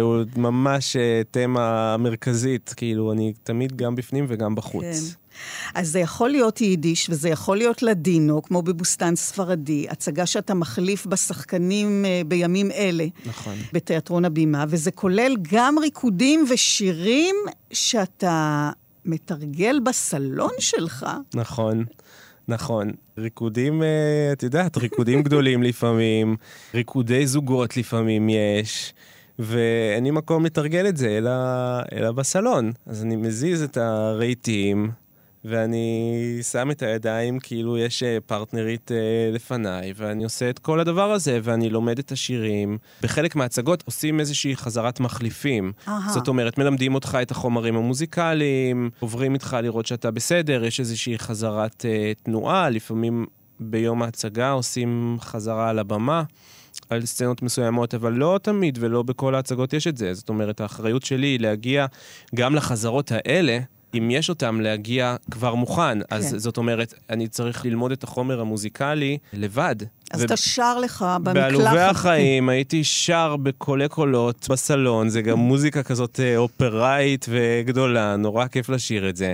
ממש תמה מרכזית, כאילו, אני תמיד גם בפנים וגם בחוץ. כן.
אז זה יכול להיות יידיש, וזה יכול להיות לדינו, כמו בבוסטן ספרדי, הצגה שאתה מחליף בשחקנים בימים אלה.
נכון.
בתיאטרון הבימה, וזה כולל גם ריקודים ושירים שאתה מתרגל בסלון שלך.
נכון, נכון. ריקודים, את יודעת, ריקודים גדולים לפעמים, ריקודי זוגות לפעמים יש, ואין לי מקום לתרגל את זה, אלא, אלא בסלון. אז אני מזיז את הרהיטים, ואני שם את הידיים כאילו יש פרטנרית לפניי, ואני עושה את כל הדבר הזה, ואני לומד את השירים. בחלק מההצגות עושים איזושהי חזרת מחליפים. Aha. זאת אומרת, מלמדים אותך את החומרים המוזיקליים, עוברים איתך לראות שאתה בסדר, יש איזושהי חזרת uh, תנועה, לפעמים ביום ההצגה עושים חזרה על הבמה, על סצנות מסוימות, אבל לא תמיד ולא בכל ההצגות יש את זה. זאת אומרת, האחריות שלי היא להגיע גם לחזרות האלה, אם יש אותם להגיע כבר מוכן, כן. אז זאת אומרת, אני צריך ללמוד את החומר המוזיקלי לבד.
אז ו... אתה שר לך במקלחת.
בעלובי החיים הייתי שר בקולי קולות בסלון, זה גם מוזיקה כזאת אופראית וגדולה, נורא כיף לשיר את זה.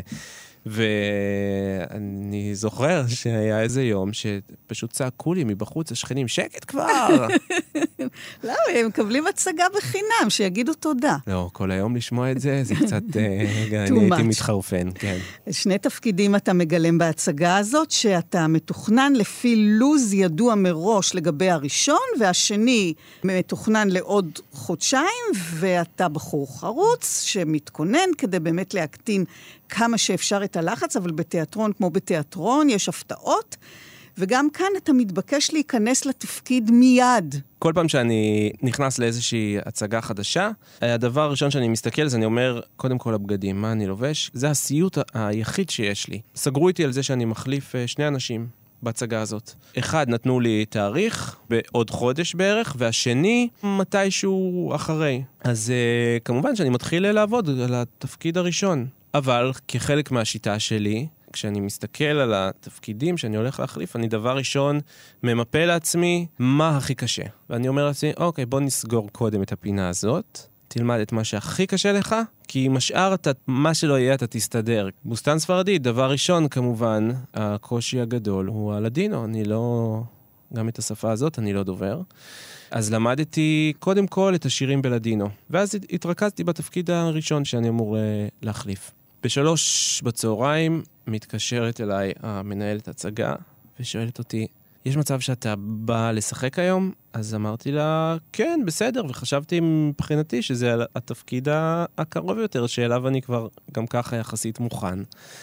ואני זוכר שהיה איזה יום שפשוט צעקו לי מבחוץ השכנים, שקט כבר!
לא, הם מקבלים הצגה בחינם, שיגידו תודה.
לא, כל היום לשמוע את זה, זה קצת, אני הייתי מתחרפן, כן.
שני תפקידים אתה מגלם בהצגה הזאת, שאתה מתוכנן לפי לוז ידוע מראש לגבי הראשון, והשני מתוכנן לעוד חודשיים, ואתה בחור חרוץ שמתכונן כדי באמת להקטין כמה שאפשר את הלחץ, אבל בתיאטרון כמו בתיאטרון יש הפתעות, וגם כאן אתה מתבקש להיכנס לתפקיד מיד.
כל פעם שאני נכנס לאיזושהי הצגה חדשה, הדבר הראשון שאני מסתכל, זה אני אומר, קודם כל הבגדים, מה אני לובש? זה הסיוט היחיד שיש לי. סגרו איתי על זה שאני מחליף שני אנשים בהצגה הזאת. אחד נתנו לי תאריך בעוד חודש בערך, והשני מתישהו אחרי. אז כמובן שאני מתחיל לעבוד על התפקיד הראשון. אבל כחלק מהשיטה שלי, כשאני מסתכל על התפקידים שאני הולך להחליף, אני דבר ראשון ממפה לעצמי מה הכי קשה. ואני אומר לעצמי, אוקיי, בוא נסגור קודם את הפינה הזאת, תלמד את מה שהכי קשה לך, כי עם השאר אתה, מה שלא יהיה אתה תסתדר. בוסתן ספרדית, דבר ראשון כמובן, הקושי הגדול הוא הלדינו, אני לא, גם את השפה הזאת אני לא דובר. אז למדתי קודם כל את השירים בלדינו, ואז התרכזתי בתפקיד הראשון שאני אמור להחליף. בשלוש בצהריים מתקשרת אליי המנהלת הצגה, ושואלת אותי, יש מצב שאתה בא לשחק היום? אז אמרתי לה, כן, בסדר, וחשבתי מבחינתי שזה התפקיד הקרוב יותר, שאליו אני כבר גם ככה יחסית מוכן.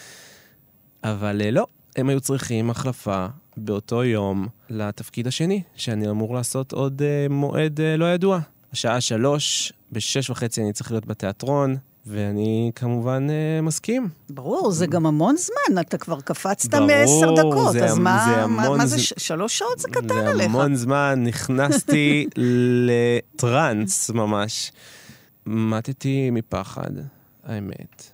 אבל לא, הם היו צריכים החלפה באותו יום לתפקיד השני, שאני אמור לעשות עוד מועד לא ידוע. השעה שלוש, בשש וחצי אני צריך להיות בתיאטרון, ואני כמובן אה, מסכים.
ברור, זה גם המון זמן, אתה כבר קפצת מעשר דקות, אז מה זה, המון, מה זה ש... שלוש שעות זה קטן
זה
עליך.
זה המון זמן, נכנסתי לטרנס ממש. מתתי מפחד, האמת.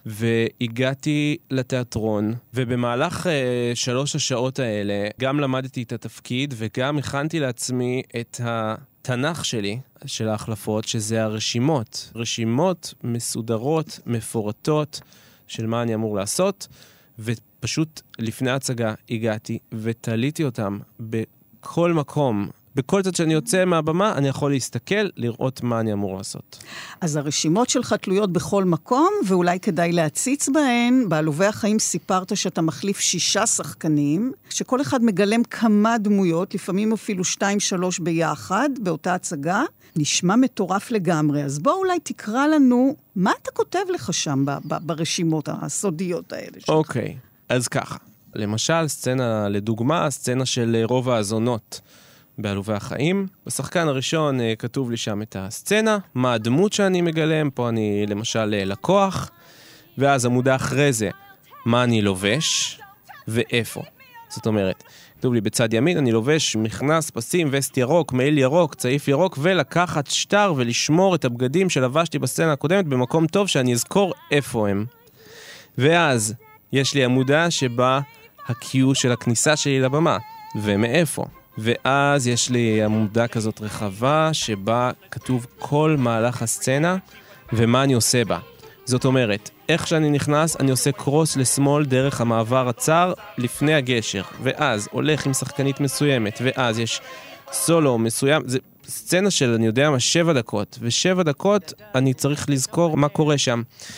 והגעתי לתיאטרון, ובמהלך אה, שלוש השעות האלה, גם למדתי את התפקיד, וגם הכנתי לעצמי את ה... תנך שלי, של ההחלפות, שזה הרשימות. רשימות מסודרות, מפורטות, של מה אני אמור לעשות, ופשוט לפני ההצגה הגעתי, ותליתי אותם בכל מקום. בכל זאת שאני יוצא מהבמה, אני יכול להסתכל, לראות מה אני אמור לעשות.
אז הרשימות שלך תלויות בכל מקום, ואולי כדאי להציץ בהן. בעלובי החיים סיפרת שאתה מחליף שישה שחקנים, שכל אחד מגלם כמה דמויות, לפעמים אפילו שתיים, שלוש ביחד, באותה הצגה. נשמע מטורף לגמרי. אז בוא אולי תקרא לנו, מה אתה כותב לך שם ב- ב- ברשימות הסודיות האלה שלך?
אוקיי, אז ככה. למשל, סצנה, לדוגמה, סצנה של רובע הזונות. בעלובי החיים. בשחקן הראשון כתוב לי שם את הסצנה, מה הדמות שאני מגלם, פה אני למשל לקוח, ואז עמודה אחרי זה, מה אני לובש ואיפה. זאת אומרת, כתוב לי בצד ימין, אני לובש מכנס, פסים, וסט ירוק, מעיל ירוק, צעיף ירוק, ולקחת שטר ולשמור את הבגדים שלבשתי בסצנה הקודמת במקום טוב שאני אזכור איפה הם. ואז יש לי עמודה שבה הקיו של הכניסה שלי לבמה, ומאיפה. ואז יש לי עמודה כזאת רחבה שבה כתוב כל מהלך הסצנה ומה אני עושה בה. זאת אומרת, איך שאני נכנס, אני עושה קרוס לשמאל דרך המעבר הצר לפני הגשר, ואז הולך עם שחקנית מסוימת, ואז יש סולו מסוים, זה סצנה של, אני יודע מה, שבע דקות, ושבע דקות אני צריך לזכור מה קורה שם.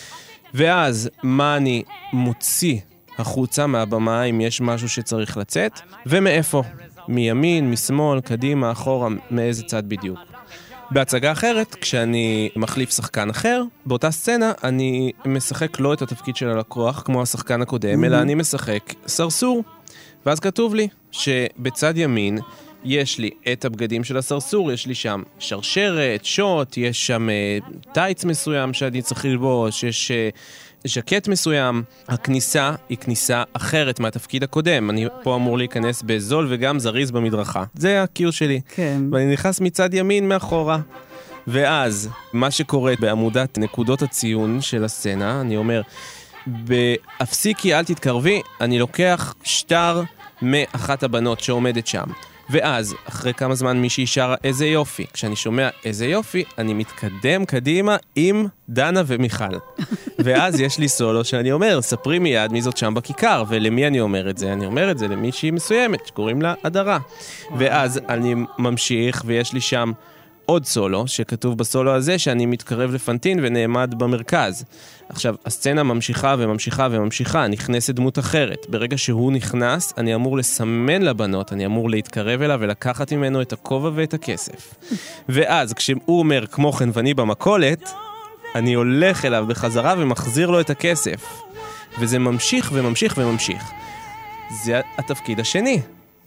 ואז מה אני מוציא החוצה מהבמה, אם יש משהו שצריך לצאת, ומאיפה? מימין, משמאל, קדימה, אחורה, מאיזה צד בדיוק. בהצגה אחרת, כשאני מחליף שחקן אחר, באותה סצנה אני משחק לא את התפקיד של הלקוח, כמו השחקן הקודם, אלא אני משחק סרסור. ואז כתוב לי שבצד ימין יש לי את הבגדים של הסרסור, יש לי שם שרשרת, שוט, יש שם uh, טייץ מסוים שאני צריך ללבוש, יש uh, ז'קט מסוים. הכניסה היא כניסה אחרת מהתפקיד הקודם. אני פה אמור להיכנס בזול וגם זריז במדרכה. זה הקיר שלי. כן. ואני נכנס מצד ימין מאחורה. ואז מה שקורה בעמודת נקודות הציון של הסצנה, אני אומר, בהפסיקי אל תתקרבי, אני לוקח שטר מאחת הבנות שעומדת שם. ואז, אחרי כמה זמן מישהי שרה איזה יופי. כשאני שומע איזה יופי, אני מתקדם קדימה עם דנה ומיכל. ואז יש לי סולו שאני אומר, ספרי מיד מי זאת שם בכיכר, ולמי אני אומר את זה? אני אומר את זה למישהי מסוימת, שקוראים לה הדרה. ואז אני ממשיך, ויש לי שם עוד סולו, שכתוב בסולו הזה שאני מתקרב לפנטין ונעמד במרכז. עכשיו, הסצנה ממשיכה וממשיכה וממשיכה, נכנסת דמות אחרת. ברגע שהוא נכנס, אני אמור לסמן לבנות, אני אמור להתקרב אליו ולקחת ממנו את הכובע ואת הכסף. ואז, כשהוא אומר, כמו כן ואני במקולת, אני הולך אליו בחזרה ומחזיר לו את הכסף. וזה ממשיך וממשיך וממשיך. זה התפקיד השני.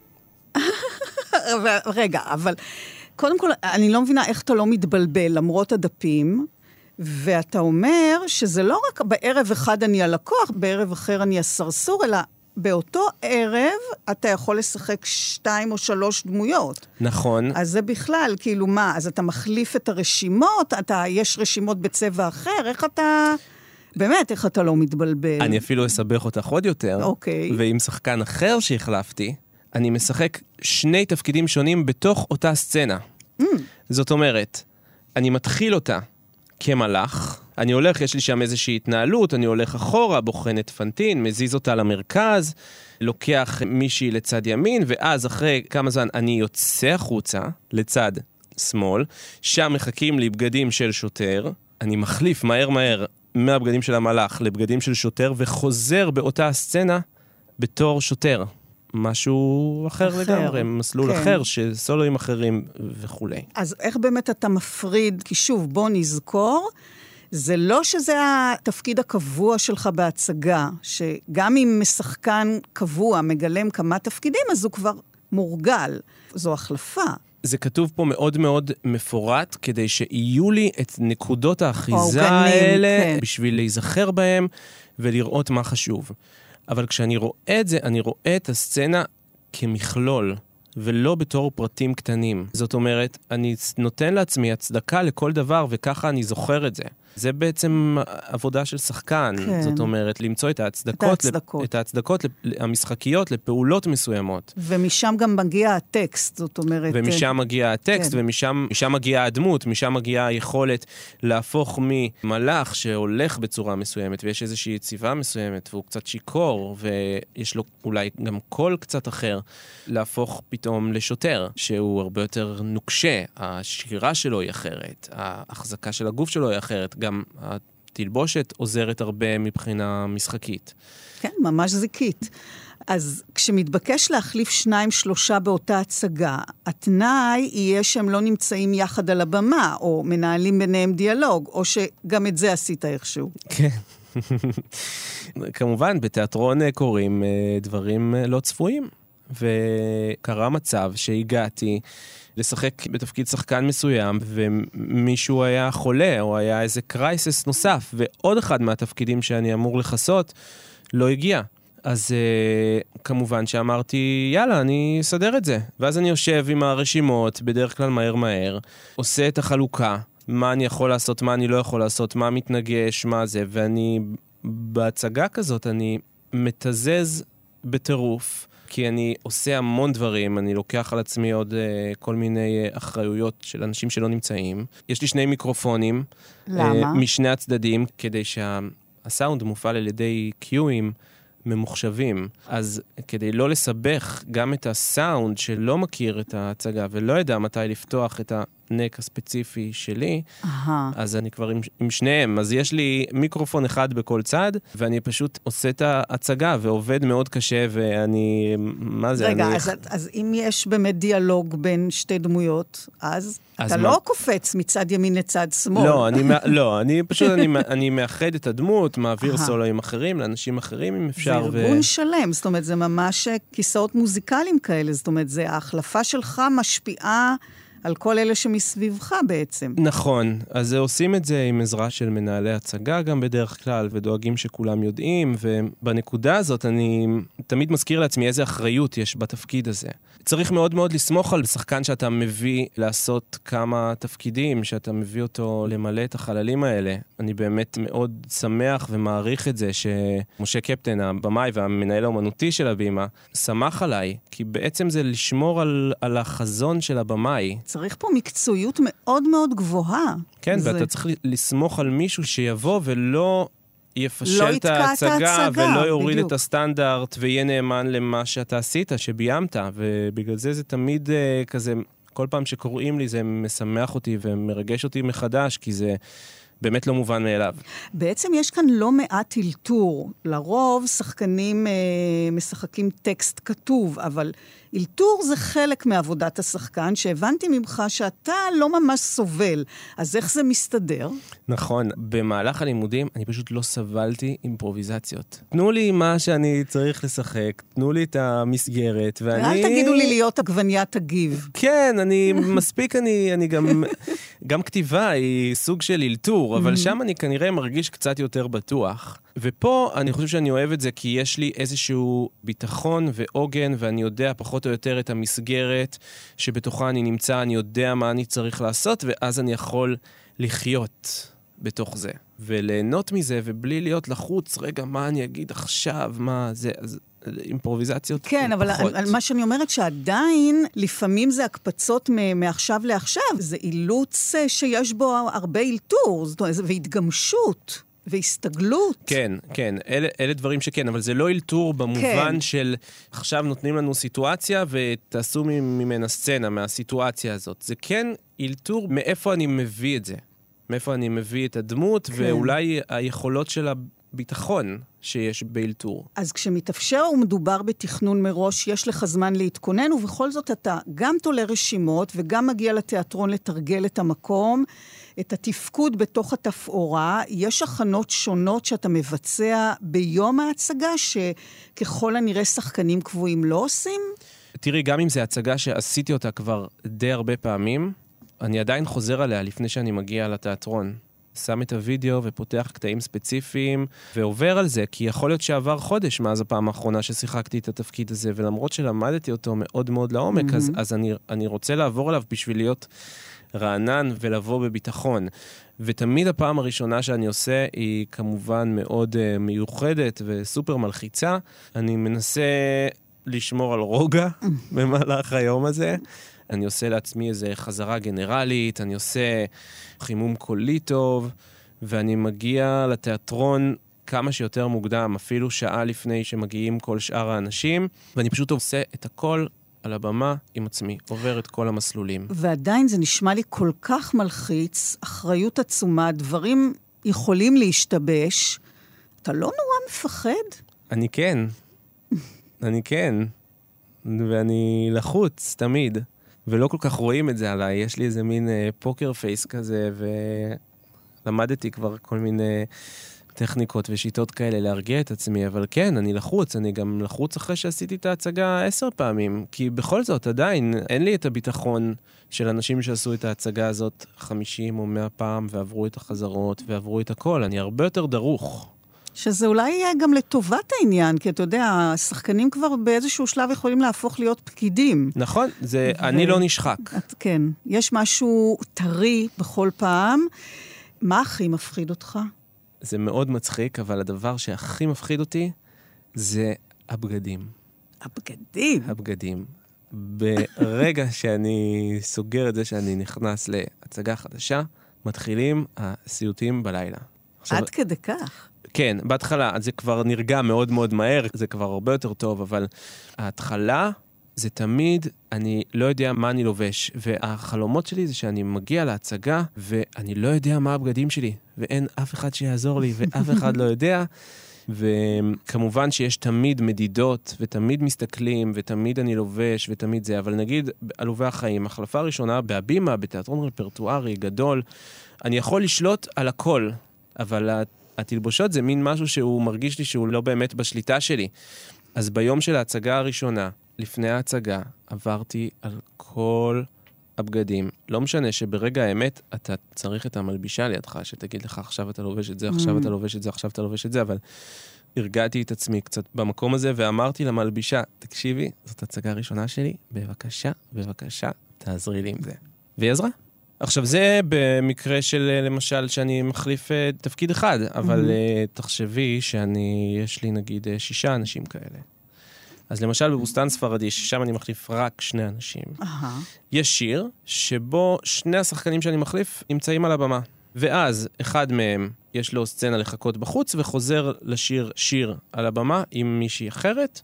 רגע, אבל קודם כל, אני לא מבינה איך אתה לא מתבלבל למרות הדפים, ואתה אומר שזה לא רק בערב אחד אני הלקוח, בערב אחר אני הסרסור, אלא באותו ערב אתה יכול לשחק שתיים או שלוש דמויות.
נכון.
אז זה בכלל, כאילו מה, אז אתה מחליף את הרשימות, אתה, יש רשימות בצבע אחר, איך אתה, באמת, איך אתה לא מתבלבל?
אני אפילו אסבך אותך עוד יותר.
אוקיי.
ועם שחקן אחר שהחלפתי, אני משחק שני תפקידים שונים בתוך אותה סצנה. Mm. זאת אומרת, אני מתחיל אותה כמלאך, אני הולך, יש לי שם איזושהי התנהלות, אני הולך אחורה, בוחן את פנטין, מזיז אותה למרכז, לוקח מישהי לצד ימין, ואז אחרי כמה זמן אני יוצא החוצה לצד שמאל, שם מחכים לי בגדים של שוטר, אני מחליף מהר מהר מהבגדים של המלאך לבגדים של שוטר, וחוזר באותה הסצנה בתור שוטר. משהו אחר, אחר. לגמרי, מסלול כן. אחר, שסולואים אחרים וכו'.
אז איך באמת אתה מפריד? כי שוב, בוא נזכור, זה לא שזה התפקיד הקבוע שלך בהצגה, שגם אם משחקן קבוע מגלם כמה תפקידים, אז הוא כבר מורגל. זו החלפה. זה
כתוב פה מאוד מאוד מפורט, כדי שיהיו לי את נקודות האחיזה האלה, כן. בשביל להיזכר בהם ולראות מה חשוב. אבל כשאני רואה את זה, אני רואה את הסצנה כמכלול, ולא בתור פרטים קטנים. זאת אומרת, אני נותן לעצמי הצדקה לכל דבר, וככה אני זוכר את זה. זה בעצם עבודה של שחקן. כן. זאת אומרת, למצוא את ההצדקות, את ההצדקות. את ההצדקות המשחקיות לפעולות מסוימות.
ומשם גם מגיע הטקסט, זאת אומרת.
ומשם מגיע הטקסט, כן. ומשם משם מגיע הדמות, משם מגיעה היכולת להפוך ממלאך שהולך בצורה מסוימת, ויש איזושהי יציבה מסוימת, והוא קצת שיקור, ויש לו אולי גם קול קצת אחר, להפוך פתאום לשוטר, שהוא הרבה יותר נוקשה, השירה שלו היא אחרת, ההחזקה של הגוף שלו היא אחרת, גם התלבושת עוזרת הרבה מבחינה משחקית.
כן, ממש זיקית. אז כשמתבקש להחליף שניים שלושה באותה הצגה, התנאי יהיה שהם לא נמצאים יחד על הבמה, או מנהלים ביניהם דיאלוג, או שגם את זה עשית איכשהו.
כן. כמובן, בתיאטרון קוראים דברים לא צפויים. וקרה מצב שהגעתי לשחק בתפקיד שחקן מסוים, ומישהו היה חולה, או היה איזה קרייסס נוסף, ועוד אחד מהתפקידים שאני אמור לחסות לא הגיע. אז uh, כמובן שאמרתי, יאללה, אני אסדר את זה. ואז אני יושב עם הרשימות, בדרך כלל מהר מהר, עושה את החלוקה, מה אני יכול לעשות, מה אני לא יכול לעשות, מה מתנגש, מה זה, ואני בהצגה כזאת, אני מתזז בטירוף, כי אני עושה המון דברים, אני לוקח על עצמי עוד uh, כל מיני uh, אחריויות של אנשים שלא נמצאים. יש לי שני מיקרופונים.
למה?
Uh, משני הצדדים, כדי שהסאונד מופעל על ידי קיואים ממוחשבים. אז כדי לא לסבך גם את הסאונד שלא מכיר את ההצגה, ולא ידע מתי לפתוח את הנק הספציפי שלי,
Aha.
אז אני כבר עם, עם שניהם. אז יש לי מיקרופון אחד בכל צד, ואני פשוט עושה את ההצגה, ועובד מאוד קשה, ואני... מה זה?
רגע,
אני...
אז, אז אם יש באמת דיאלוג בין שתי דמויות, אז, אז אתה
מה...
לא קופץ מצד ימין לצד שמאל.
לא, אני, לא, אני פשוט, אני, אני מאחד את הדמות, מעביר סולואים אחרים, לאנשים אחרים, אם אפשר.
זה ארגון ו... שלם, זאת אומרת, זה ממש כיסאות מוזיקליים כאלה, זאת אומרת, זה ההחלפה שלך משפיעה על כל אלה שמסביבך בעצם.
נכון, אז עושים את זה עם עזרה של מנהלי הצגה גם בדרך כלל, ודואגים שכולם יודעים, ובנקודה הזאת אני תמיד מזכיר לעצמי איזה אחריות יש בתפקיד הזה. צריך מאוד מאוד לסמוך על שחקן שאתה מביא לעשות כמה תפקידים, שאתה מביא אותו למלא את החללים האלה. אני באמת מאוד שמח ומעריך את זה שמשה קפטן, הבמאי והמנהל האומנותי של הבימה, שמח עליי, כי בעצם זה לשמור על, על החזון של הבמאי.
צריך פה מקצועיות מאוד מאוד גבוהה.
כן,
זה...
ואתה צריך לסמוך על מישהו שיבוא ולא יפשל
לא
את ההצגה,
את ההצגה
ולא יוריד
בדיוק.
את הסטנדרט, ויהיה נאמן למה שאתה עשית, שביימת, ובגלל זה זה תמיד uh, כזה, כל פעם שקוראים לי זה משמח אותי ומרגש אותי מחדש, כי זה באמת לא מובן מאליו.
בעצם יש כאן לא מעט אלתור. לרוב שחקנים אה, משחקים טקסט כתוב, אבל אלתור זה חלק מעבודת השחקן, שהבנתי ממך שאתה לא ממש סובל. אז איך זה מסתדר?
נכון, במהלך הלימודים אני פשוט לא סבלתי אימפרוביזציות. תנו לי מה שאני צריך לשחק, תנו לי את המסגרת, ואני...
אל תגידו לי להיות עגבניה תגיב.
כן, אני מספיק, אני, אני גם... גם כתיבה היא סוג של אלתור, אבל שם אני כנראה מרגיש קצת יותר בטוח. ופה אני חושב שאני אוהב את זה, כי יש לי איזשהו ביטחון ועוגן, ואני יודע פחות או יותר את המסגרת שבתוכה אני נמצא, אני יודע מה אני צריך לעשות, ואז אני יכול לחיות בתוך זה. וליהנות מזה, ובלי להיות לחוץ, רגע, מה אני אגיד עכשיו, מה זה... אז... אימפרוביזציות פחות.
כן, אבל על, על מה שאני אומרת שעדיין, לפעמים זה הקפצות מעכשיו לעכשיו, זה אילוץ שיש בו הרבה אילתור, זאת אומרת, והתגמשות, והסתגלות.
כן, כן, אלה, אלה דברים שכן, אבל זה לא אילתור במובן כן. של, עכשיו נותנים לנו סיטואציה, ותעשו ממנה סצנה, מהסיטואציה הזאת. זה כן אילתור מאיפה אני מביא את זה. מאיפה אני מביא את הדמות, כן. ואולי היכולות של הביטחון שיש באילתור.
אז כשמתאפשר ומדובר בתכנון מראש, יש לך זמן להתכונן, ובכל זאת אתה גם תולה רשימות, וגם מגיע לתיאטרון לתרגל את המקום, את התפקוד בתוך התפאורה. יש הכנות שונות שאתה מבצע ביום ההצגה, שככל הנראה שחקנים קבועים לא עושים?
תראי, גם אם זה הצגה שעשיתי אותה כבר די הרבה פעמים, אני עדיין חוזר עליה לפני שאני מגיע לתיאטרון. שם את הוידאו ופותח קטעים ספציפיים, ועובר על זה, כי יכול להיות שעבר חודש מאז הפעם האחרונה ששיחקתי את התפקיד הזה, ולמרות שלמדתי אותו מאוד מאוד לעומק, mm-hmm. אז, אז אני, אני רוצה לעבור עליו בשביל להיות רענן ולבוא בביטחון. ותמיד הפעם הראשונה שאני עושה היא כמובן מאוד uh, מיוחדת וסופר מלחיצה. אני מנסה לשמור על רוגע במהלך היום הזה. אני עושה לעצמי איזו חזרה גנרלית, אני עושה חימום קולי טוב, ואני מגיע לתיאטרון כמה שיותר מוקדם, אפילו שעה לפני שמגיעים כל שאר האנשים, ואני פשוט עושה את הכל על הבמה עם עצמי, עובר את כל המסלולים.
ועדיין זה נשמע לי כל כך מלחיץ, אחריות עצומה, דברים יכולים להשתבש. אתה לא נורא מפחד?
אני כן. אני כן. ואני לחוץ תמיד. ולא כל כך רואים את זה עליי. יש לי איזה מין אה, פוקר פייס כזה, ולמדתי כבר כל מיני טכניקות ושיטות כאלה להרגיע את עצמי, אבל כן, אני לחוץ, אני גם לחוץ אחרי שעשיתי את ההצגה עשר פעמים, כי בכל זאת עדיין אין לי את הביטחון של אנשים שעשו את ההצגה הזאת חמישים או מאה פעם, ועברו את החזרות, ועברו את הכל. אני הרבה יותר דרוך.
שזה אולי יהיה גם לטובת העניין, כי אתה יודע, השחקנים כבר באיזשהו שלב יכולים להפוך להיות פקידים.
נכון, זה, ו... אני לא נשחק.
את, כן, יש משהו טרי בכל פעם. מה הכי מפחיד אותך?
זה מאוד מצחיק, אבל הדבר שהכי מפחיד אותי זה הבגדים.
הבגדים? הבגדים.
ברגע שאני סוגר את זה שאני נכנס להצגה חדשה, מתחילים הסיוטים בלילה. עכשיו,
עד כדי כך?
כן, בהתחלה זה כבר נרגע מאוד מאוד מהר, זה כבר הרבה יותר טוב, אבל ההתחלה זה תמיד, אני לא יודע מה אני לובש, והחלומות שלי זה שאני מגיע להצגה, ואני לא יודע מה הבגדים שלי, ואין אף אחד שיעזור לי, ואף אחד לא יודע, וכמובן שיש תמיד מדידות, ותמיד מסתכלים, ותמיד אני לובש, ותמיד זה, אבל נגיד, עלובי החיים, החלפה הראשונה, בהבימה, בתיאטרון רפרטוארי גדול, אני יכול לשלוט על הכל, אבל התלבושות זה מין משהו שהוא מרגיש לי שהוא לא באמת בשליטה שלי. אז ביום של ההצגה הראשונה, לפני ההצגה, עברתי על כל הבגדים. לא משנה שברגע האמת אתה צריך את המלבישה לידך, שתגיד לך עכשיו אתה לובש את זה, עכשיו אתה לובש את זה, עכשיו אתה לובש את זה, אבל הרגעתי את עצמי קצת במקום הזה, ואמרתי למלבישה, תקשיבי, זאת הצגה הראשונה שלי, בבקשה, בבקשה, תעזרי לי עם זה. והיא עזרה. עכשיו זה במקרה של למשל שאני מחליף תפקיד אחד, אבל תחשבי שאני, יש לי נגיד שישה אנשים כאלה. אז למשל בבוסטן ספרדי, ששם אני מחליף רק שני אנשים, יש שיר שבו שני השחקנים שאני מחליף נמצאים על הבמה. ואז אחד מהם יש לו סצנה לחכות בחוץ, וחוזר לשיר שיר על הבמה עם מישהי אחרת,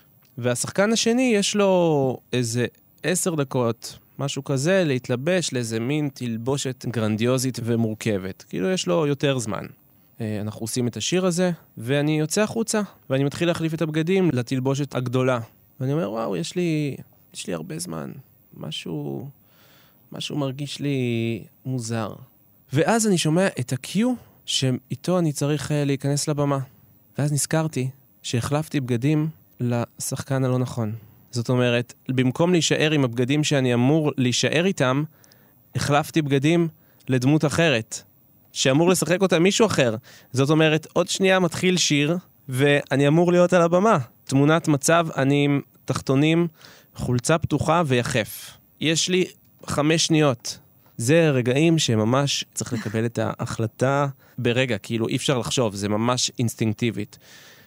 והשחקן השני יש לו איזה עשר דקות, משהו כזה, להתלבש לאיזה מין תלבושת גרנדיוזית ומורכבת. כאילו יש לו יותר זמן. אנחנו עושים את השיר הזה, ואני יוצא החוצה, ואני מתחיל להחליף את הבגדים לתלבושת הגדולה. ואני אומר, וואו, יש לי, יש לי הרבה זמן. משהו, משהו מרגיש לי מוזר. ואז אני שומע את הקיו, שאיתו אני צריך להיכנס לבמה. ואז נזכרתי שהחלפתי בגדים לשחקן הלא נכון. זאת אומרת, במקום להישאר עם הבגדים שאני אמור להישאר איתם, החלפתי בגדים לדמות אחרת, שאמור לשחק אותה מישהו אחר. זאת אומרת, עוד שנייה מתחיל שיר, ואני אמור להיות על הבמה. תמונת מצב, אני עם תחתונים, חולצה פתוחה ויחף. יש לי חמש שניות. זה רגעים שממש צריך לקבל את ההחלטה ברגע, כאילו אי אפשר לחשוב, זה ממש אינסטינקטיבית.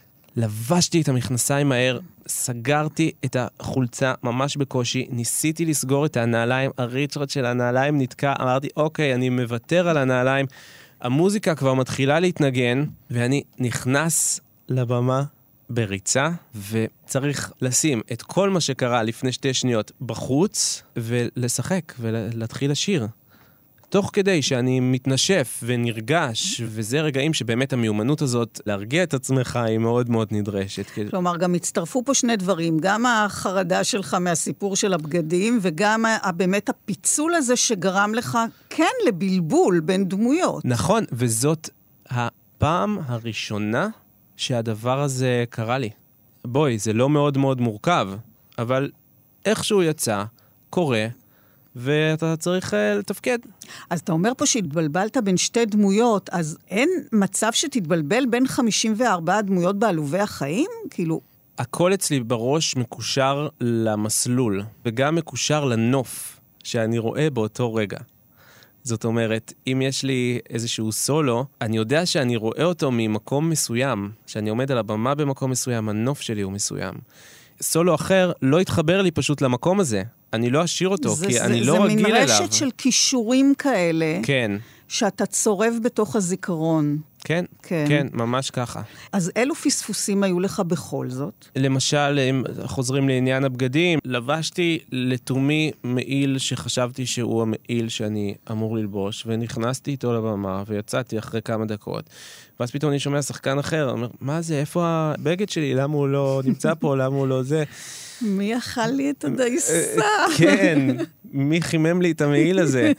לבשתי את המכנסיים מהר, סגרתי את החולצה ממש בקושי, ניסיתי לסגור את הנעליים, הריצ'רד של הנעליים נתקע, אמרתי, אוקיי, אני מוותר על הנעליים, המוזיקה כבר מתחילה להתנגן, ואני נכנס לבמה בריצה, וצריך לשים את כל מה שקרה לפני שתי שניות בחוץ, ולשחק ולהתחיל לשיר. תוך כדי שאני מתנשף ונרגש, וזה רגעים שבאמת המיומנות הזאת להרגיע את עצמך היא מאוד מאוד נדרשת.
כלומר, גם הצטרפו פה שני דברים, גם החרדה שלך מהסיפור של הבגדים, וגם באמת הפיצול הזה שגרם לך כן לבלבול בין דמויות.
נכון, וזאת הפעם הראשונה שהדבר הזה קרה לי. בואי, זה לא מאוד מאוד מורכב, אבל איכשהו יצא, קורה, ואתה צריך uh, לתפקד.
אז אתה אומר פה שהתבלבלת בין שתי דמויות, אז אין מצב שתתבלבל בין חמישים וארבע דמויות בעלובי החיים? כאילו...
הכל אצלי בראש מקושר למסלול, וגם מקושר לנוף שאני רואה באותו רגע. זאת אומרת, אם יש לי איזשהו סולו, אני יודע שאני רואה אותו ממקום מסוים, שאני עומד על הבמה במקום מסוים, הנוף שלי הוא מסוים. סולו אחר לא יתחבר לי פשוט למקום הזה. אני לא אשאיר אותו,
זה,
כי
זה,
אני
זה
לא רגיל אליו.
זה מין רשת של כישורים כאלה,
כן.
שאתה צורב בתוך הזיכרון.
כן, כן, כן, ממש ככה.
אז אילו פספוסים היו לך בכל זאת?
למשל, אם חוזרים לעניין הבגדים, לבשתי לתומי מעיל שחשבתי שהוא המעיל שאני אמור ללבוש, ונכנסתי איתו לבמה, ויצאתי אחרי כמה דקות. ואז פתאום אני שומע שחקן אחר, אומר, מה זה, איפה הבגד שלי? למה הוא לא נמצא פה? למה הוא לא זה?
מי אכל לי את הדייסה?
כן, מי חימם לי את המעיל הזה?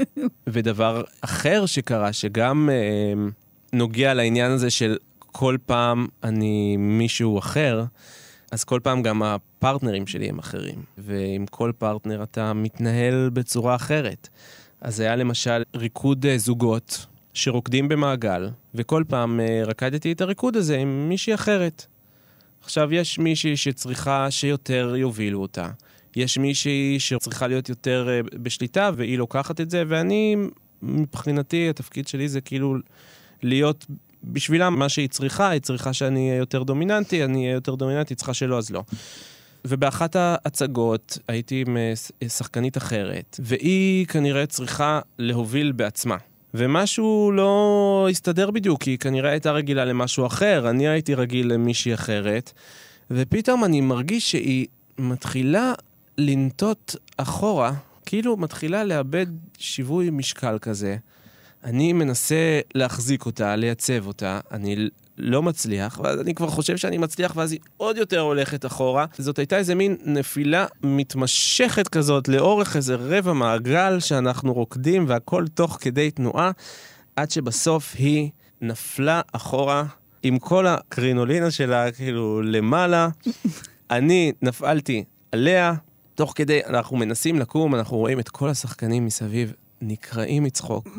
ודבר אחר שקרה, שגם אה, נוגע לעניין הזה של כל פעם אני מישהו אחר, אז כל פעם גם הפרטנרים שלי הם אחרים. ועם כל פרטנר אתה מתנהל בצורה אחרת. אז היה למשל ריקוד זוגות שרוקדים במעגל, וכל פעם אה, רקדתי את הריקוד הזה עם מישהי אחרת. עכשיו יש מישהי שצריכה שיותר יובילו אותה. יש מישהי שצריכה להיות יותר בשליטה, והיא לוקחת את זה, ואני, מבחינתי, התפקיד שלי זה כאילו להיות בשבילה מה שהיא צריכה, היא צריכה שאני אהיה יותר דומיננטי, אני אהיה יותר דומיננטי, צריכה שלא, אז לא. ובאחת ההצגות הייתי עם שחקנית אחרת, והיא כנראה צריכה להוביל בעצמה. ומשהו לא הסתדר בדיוק, כי כנראה הייתה רגילה למשהו אחר, אני הייתי רגיל למישהי אחרת, ופתאום אני מרגיש שהיא מתחילה לנטות אחורה, כאילו מתחילה לאבד שיווי משקל כזה. אני מנסה להחזיק אותה, לייצב אותה, אני לא מצליח, ואז אני כבר חושב שאני מצליח, ואז היא עוד יותר הולכת אחורה. זאת הייתה איזה מין נפילה מתמשכת כזאת, לאורך איזה רבע מעגל שאנחנו רוקדים, והכל תוך כדי תנועה, עד שבסוף היא נפלה אחורה, עם כל הקרינולינה שלה, כאילו למעלה. אני נפלתי עליה, תוך כדי, אנחנו מנסים לקום, אנחנו רואים את כל השחקנים מסביב, נקראים מצחוק.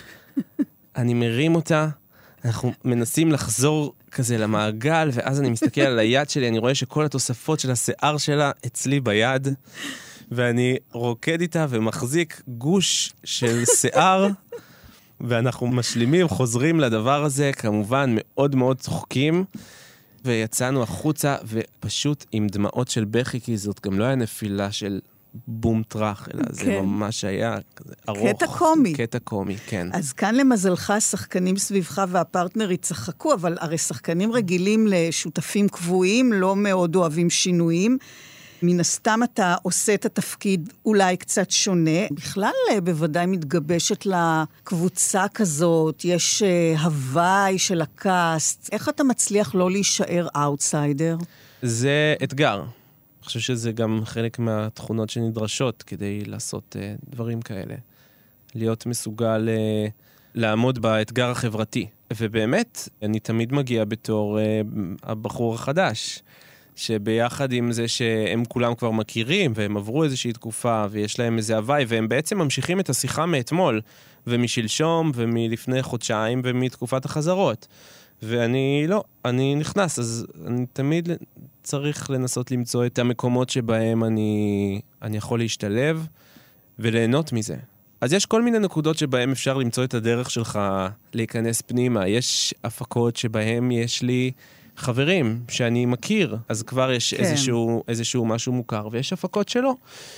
אני מרים אותה, אנחנו מנסים לחזור כזה למעגל, ואז אני מסתכל על היד שלי, אני רואה שכל התוספות של השיער שלה אצלי ביד, ואני רוקד איתה ומחזיק גוש של שיער, ואנחנו משלימים, חוזרים לדבר הזה, כמובן מאוד מאוד צוחקים, ויצאנו החוצה, ופשוט עם דמעות של בכי, כי זאת גם לא היה נפילה של בום טרח, אלא זה
כן.
ממש היה כזה ארוך.
קטע קומי.
קטע קומי, כן.
אז כאן למזלך, השחקנים סביבך והפרטנר יצחקו, אבל הרי שחקנים רגילים לשותפים קבועים, לא מאוד אוהבים שינויים. מן הסתם אתה עושה את התפקיד אולי קצת שונה. בכלל בוודאי מתגבשת לקבוצה כזאת, יש הוואי של הקאסט. איך אתה מצליח לא להישאר אאוטסיידר?
זה אתגר. אני חושב שזה גם חלק מהתכונות שנדרשות כדי לעשות uh, דברים כאלה. להיות מסוגל uh, לעמוד באתגר החברתי. ובאמת, אני תמיד מגיע בתור uh, הבחור החדש, שביחד עם זה שהם כולם כבר מכירים, והם עברו איזושהי תקופה, ויש להם איזה הוואי, והם בעצם ממשיכים את השיחה מאתמול, ומשלשום, ומלפני חודשיים, ומתקופת החזרות. ואני לא, אני נכנס, אז אני תמיד צריך לנסות למצוא את המקומות שבהם אני, אני יכול להשתלב וליהנות מזה. אז יש כל מיני נקודות שבהם אפשר למצוא את הדרך שלך להיכנס פנימה. יש הפקות שבהם יש לי חברים שאני מכיר, אז כבר יש כן. איזשהו, איזשהו משהו מוכר, ויש הפקות שלו.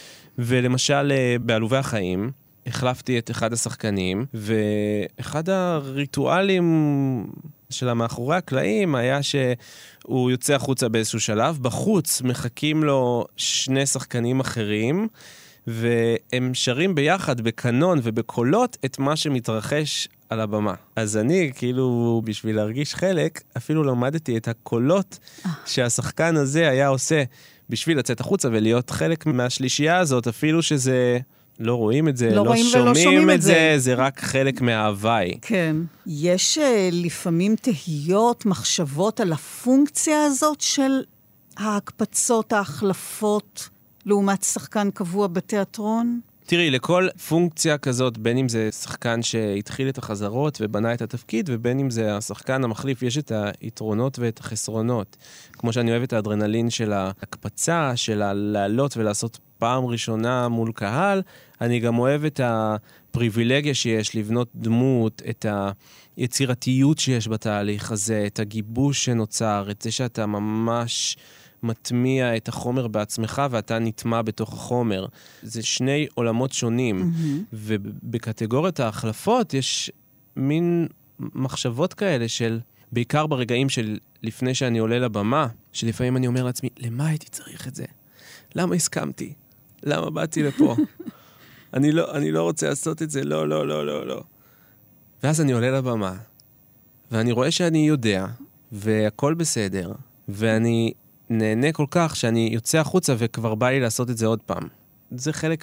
ולמשל, בעלובי החיים, החלפתי את אחד השחקנים, ואחד הריטואלים של המאחורי הקלעים היה שהוא יוצא החוצה באיזשהו שלב, בחוץ מחכים לו שני שחקנים אחרים, והם שרים ביחד בקנון ובקולות את מה שמתרחש על הבמה. אז אני, כאילו, בשביל להרגיש חלק, אפילו למדתי את הקולות שהשחקן הזה היה עושה בשביל לצאת החוצה ולהיות חלק מהשלישייה הזאת, אפילו שזה לא רואים את זה, לא, לא שומעים, שומעים את זה, זה, זה רק חלק מההוואי.
כן. יש uh, לפעמים תהיות, מחשבות על הפונקציה הזאת של ההקפצות, ההחלפות, לעומת שחקן קבוע בתיאטרון?
תראי, לכל פונקציה כזאת, בין אם זה שחקן שהתחיל את החזרות ובנה את התפקיד, ובין אם זה השחקן המחליף, יש את היתרונות ואת החסרונות. כמו שאני אוהב את האדרנלין של ההקפצה, של לעלות ולעשות פעם ראשונה מול קהל, אני גם אוהב את הפריבילגיה שיש לבנות דמות, את היצירתיות שיש בתהליך הזה, את הגיבוש שנוצר, את זה שאתה ממש מטמיע את החומר בעצמך ואתה נטמע בתוך החומר. זה שני עולמות שונים. Mm-hmm. ובקטגוריית ההחלפות יש מין מחשבות כאלה של, בעיקר ברגעים של לפני שאני עולה לבמה, שלפעמים אני אומר לעצמי, למה הייתי צריך את זה? למה הסכמתי? למה באתי לפה? אני לא, אני לא רוצה לעשות את זה, לא, לא, לא, לא, לא. ואז אני עולה לבמה, ואני רואה שאני יודע, והכל בסדר, ואני נהנה כל כך שאני יוצא החוצה וכבר בא לי לעשות את זה עוד פעם. זה חלק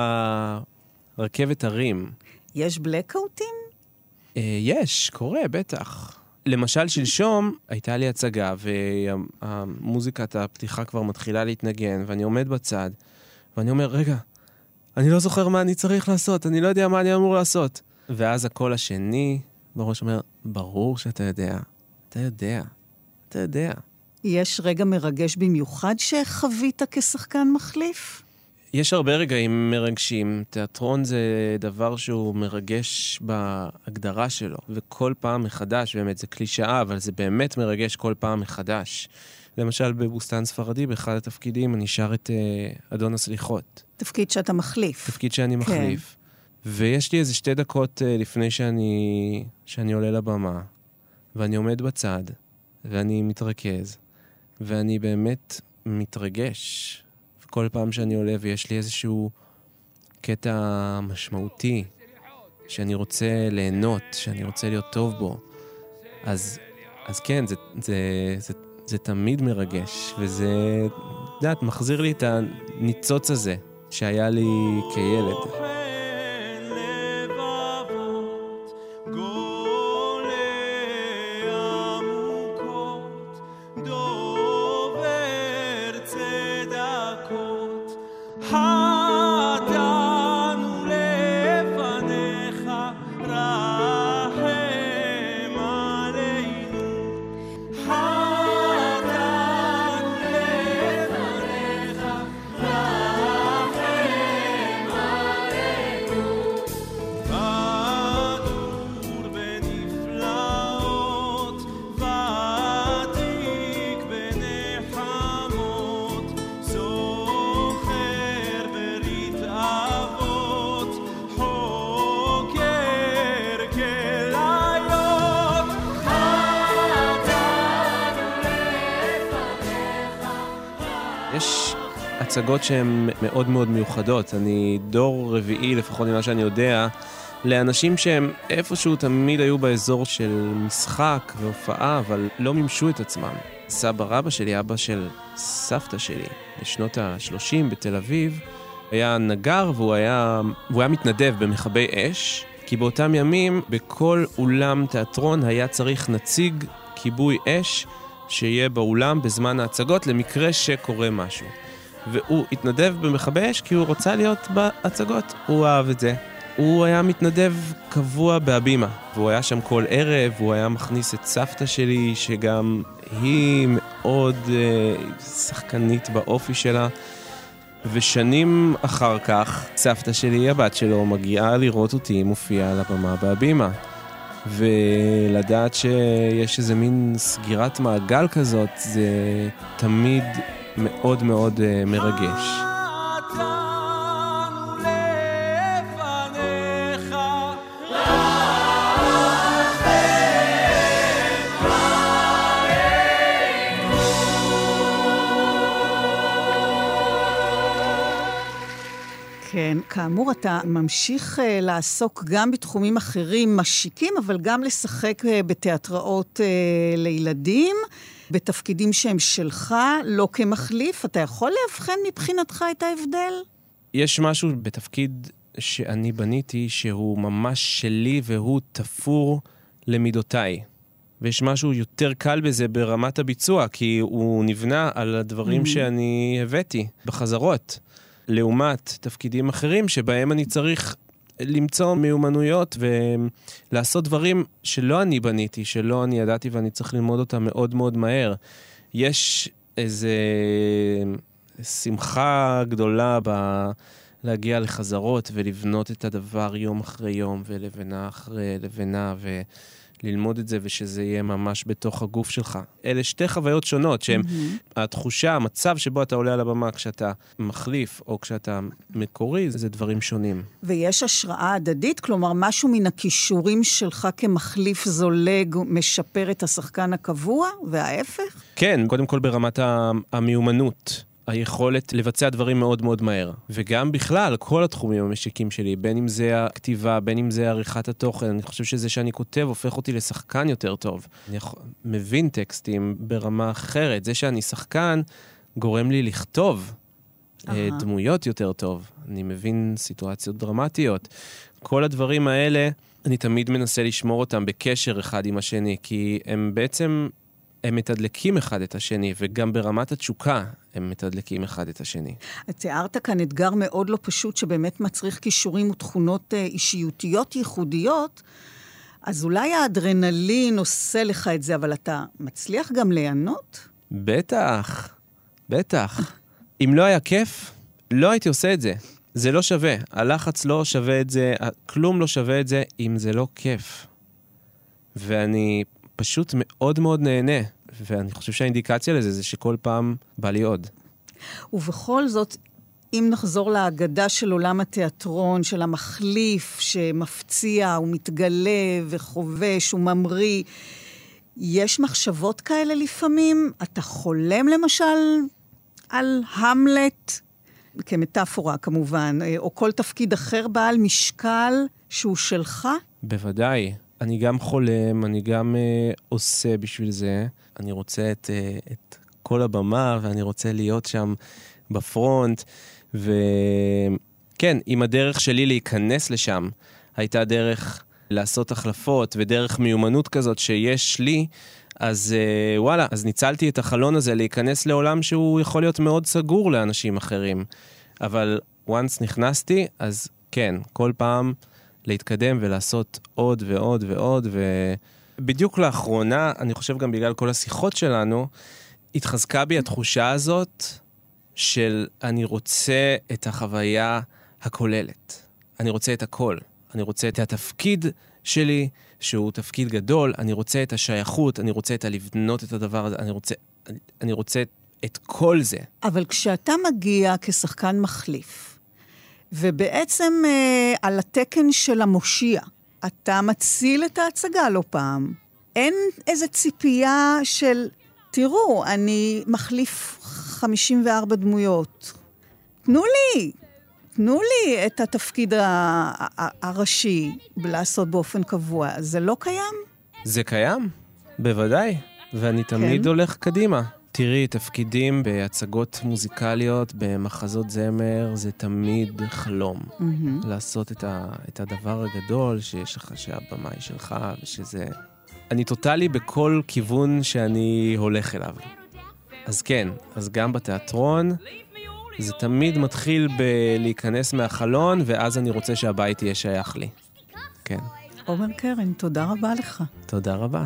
מהרכבת הרים.
יש בלקאוטים?
אה, יש, קורה, בטח. למשל, שלשום הייתה לי הצגה, והמוזיקת הפתיחה כבר מתחילה להתנגן, ואני עומד בצד, ואני אומר, רגע, אני לא זוכר מה אני צריך לעשות, אני לא יודע מה אני אמור לעשות. ואז הקול השני בראש אומר, ברור שאתה יודע, אתה יודע, אתה יודע.
יש רגע מרגש במיוחד שחווית כשחקן מחליף?
יש הרבה רגעים מרגשים. תיאטרון זה דבר שהוא מרגש בהגדרה שלו, וכל פעם מחדש, באמת זה קלישאה, אבל זה באמת מרגש כל פעם מחדש. למשל בבוסתן ספרדי, באחד התפקידים, אני שר את uh, אדון הסליחות.
תפקיד שאתה מחליף.
תפקיד שאני כן. מחליף. ויש לי איזה שתי דקות uh, לפני שאני, שאני עולה לבמה, ואני עומד בצד, ואני מתרכז, ואני באמת מתרגש, כל פעם שאני עולה ויש לי איזשהו קטע משמעותי, שאני רוצה ליהנות, שאני רוצה להיות טוב בו, אז, אז כן, זה, זה, זה, זה תמיד מרגש, וזה, יודעת, מחזיר לי את הניצוץ הזה שהיה לי כילד. יש הצגות שהן מאוד מאוד מיוחדות. אני דור רביעי, לפחות ממה שאני יודע, לאנשים שהם איפשהו תמיד היו באזור של משחק והופעה, אבל לא מימשו את עצמם. סבא רבא שלי, אבא של סבתא שלי, בשנות ה-שלושים בתל אביב, היה נגר והוא היה, והוא היה מתנדב במכבי אש, כי באותם ימים בכל אולם תיאטרון היה צריך נציג כיבוי אש שיהיה באולם בזמן ההצגות למקרה שקורה משהו. והוא התנדב במכבי אש כי הוא רוצה להיות בהצגות, הוא אהב את זה. הוא היה מתנדב קבוע בהבימה, והוא היה שם כל ערב, הוא היה מכניס את סבתא שלי, שגם היא מאוד אה, שחקנית באופי שלה, ושנים אחר כך, סבתא שלי, הבת שלו, מגיעה לראות אותי מופיעה על הבמה בהבימה. ולדעת שיש איזה מין סגירת מעגל כזאת, זה תמיד מאוד מאוד uh, מרגש.
כן, כאמור, אתה ממשיך uh, לעסוק גם בתחומים אחרים משיקים, אבל גם לשחק uh, בתיאטראות uh, לילדים, בתפקידים שהם שלך, לא כמחליף. אתה יכול להבחן מבחינתך את ההבדל?
יש משהו בתפקיד שאני בניתי שהוא ממש שלי והוא תפור למידותיי. ויש משהו יותר קל בזה ברמת הביצוע, כי הוא נבנה על הדברים mm. שאני הבאתי בחזרות. לעומת תפקידים אחרים שבהם אני צריך למצוא מיומנויות ולעשות דברים שלא אני בניתי, שלא אני ידעתי ואני צריך ללמוד אותם מאוד מאוד מהר. יש איזה שמחה גדולה בלהגיע לחזרות ולבנות את הדבר יום אחרי יום ולבנה אחרי לבנה ו... ללמוד את זה ושזה יהיה ממש בתוך הגוף שלך. אלה שתי חוויות שונות, שהן mm-hmm. התחושה, המצב שבו אתה עולה על הבמה כשאתה מחליף או כשאתה מקורי, זה דברים שונים.
ויש השראה הדדית? כלומר, משהו מן הכישורים שלך כמחליף זולג משפר את השחקן הקבוע וההפך?
כן, קודם כל ברמת המיומנות. היכולת לבצע דברים מאוד מאוד מהר. וגם בכלל, כל התחומים המשיקים שלי, בין אם זה הכתיבה, בין אם זה עריכת התוכן, אני חושב שזה שאני כותב הופך אותי לשחקן יותר טוב. אני מבין טקסטים ברמה אחרת. זה שאני שחקן גורם לי לכתוב uh-huh. דמויות יותר טוב. אני מבין סיטואציות דרמטיות. כל הדברים האלה, אני תמיד מנסה לשמור אותם בקשר אחד עם השני, כי הם בעצם... הם מתדלקים אחד את השני, וגם ברמת התשוקה הם מתדלקים אחד את השני.
תיארת כאן אתגר מאוד לא פשוט, שבאמת מצריך כישורים ותכונות אישיותיות ייחודיות, אז אולי האדרנלין עושה לך את זה, אבל אתה מצליח גם ליהנות?
בטח, בטח. אם לא היה כיף, לא הייתי עושה את זה. זה לא שווה. הלחץ לא שווה את זה, כלום לא שווה את זה, אם זה לא כיף. ואני... פשוט מאוד מאוד נהנה, ואני חושב שהאינדיקציה לזה זה שכל פעם בא לי עוד.
ובכל זאת, אם נחזור להגדה של עולם התיאטרון, של המחליף שמפציע ומתגלה וחובש וממריא, יש מחשבות כאלה לפעמים? אתה חולם למשל על המלט כמטאפורה כמובן, או כל תפקיד אחר בעל משקל שהוא שלך?
בוודאי. אני גם חולם, אני גם אה, עושה בשביל זה. אני רוצה את, אה, את כל הבמה, ואני רוצה להיות שם בפרונט. וכן, אם הדרך שלי להיכנס לשם, הייתה דרך לעשות החלפות, ודרך מיומנות כזאת שיש לי, אז אה, וואלה, אז ניצלתי את החלון הזה להיכנס לעולם שהוא יכול להיות מאוד סגור לאנשים אחרים. אבל once נכנסתי, אז כן, כל פעם להתקדם ולעשות עוד ועוד ועוד, ובדיוק לאחרונה, אני חושב גם בגלל כל השיחות שלנו, התחזקה בי התחושה הזאת של אני רוצה את החוויה הכוללת. אני רוצה את הכל. אני רוצה את התפקיד שלי, שהוא תפקיד גדול, אני רוצה את השייכות, אני רוצה את הלבנות את הדבר הזה, אני רוצה, אני, אני רוצה את כל זה.
אבל כשאתה מגיע כשחקן מחליף, ובעצם אה, על התקן של המושיע, אתה מציל את ההצגה לא פעם. אין איזו ציפייה של, תראו, אני מחליף חמישים וארבע דמויות. תנו לי, תנו לי את התפקיד הראשי לעשות באופן קבוע. זה לא קיים?
זה קיים, בוודאי. ואני תמיד
כן.
הולך קדימה. תראי, תפקידים בהצגות מוזיקליות, במחזות זמר, זה תמיד חלום. Mm-hmm. לעשות את, ה, את הדבר הגדול שיש לך, שהבמה היא שלך, ושזה... אני טוטלי בכל כיוון שאני הולך אליו. אז כן, אז גם בתיאטרון, זה תמיד מתחיל בלהיכנס מהחלון, ואז אני רוצה שהבית יהיה שייך לי. כן.
עומר קרן, תודה רבה לך.
תודה רבה.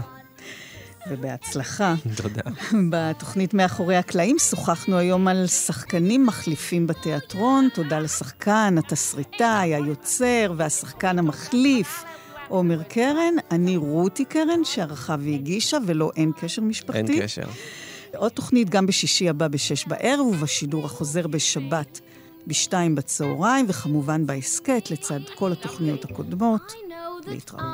ובהצלחה.
תודה.
בתוכנית מאחורי הקלעים שוחחנו היום על שחקנים מחליפים בתיאטרון. תודה לשחקן, התסריטאי, היוצר והשחקן המחליף, עומר קרן. אני רותי קרן, שערכה והגישה, ולא אין קשר משפחתי.
אין קשר.
עוד תוכנית גם בשישי הבא בשש בערב, ובשידור החוזר בשבת בשתיים בצהריים, וכמובן בעסקת לצד כל התוכניות הקודמות. להתראות.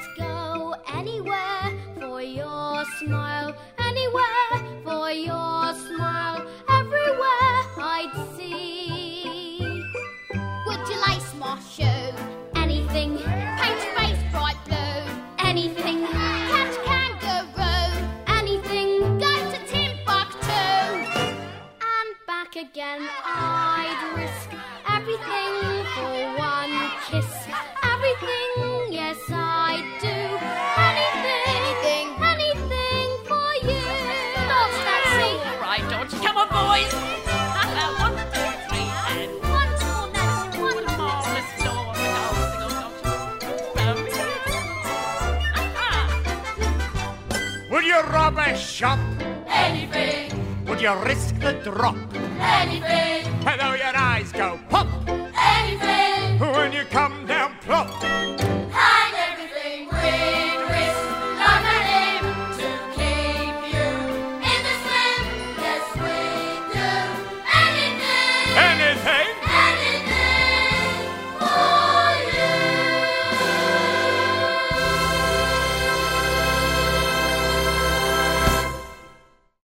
Anywhere for your smile, anywhere for your smile, everywhere I'd see. Would you lace my shoe? Anything, paint your face bright blue. Anything, catch kangaroo. Anything, go to Timbuktu. And back again I'd risk everything for one kiss. Everything, yes I'd do.
Boys, one, two, three, and one, two, next, one more, let's go,
Will you rob a shop?
Anything.
Would you risk the drop?
Anything.
Although your eyes go pop.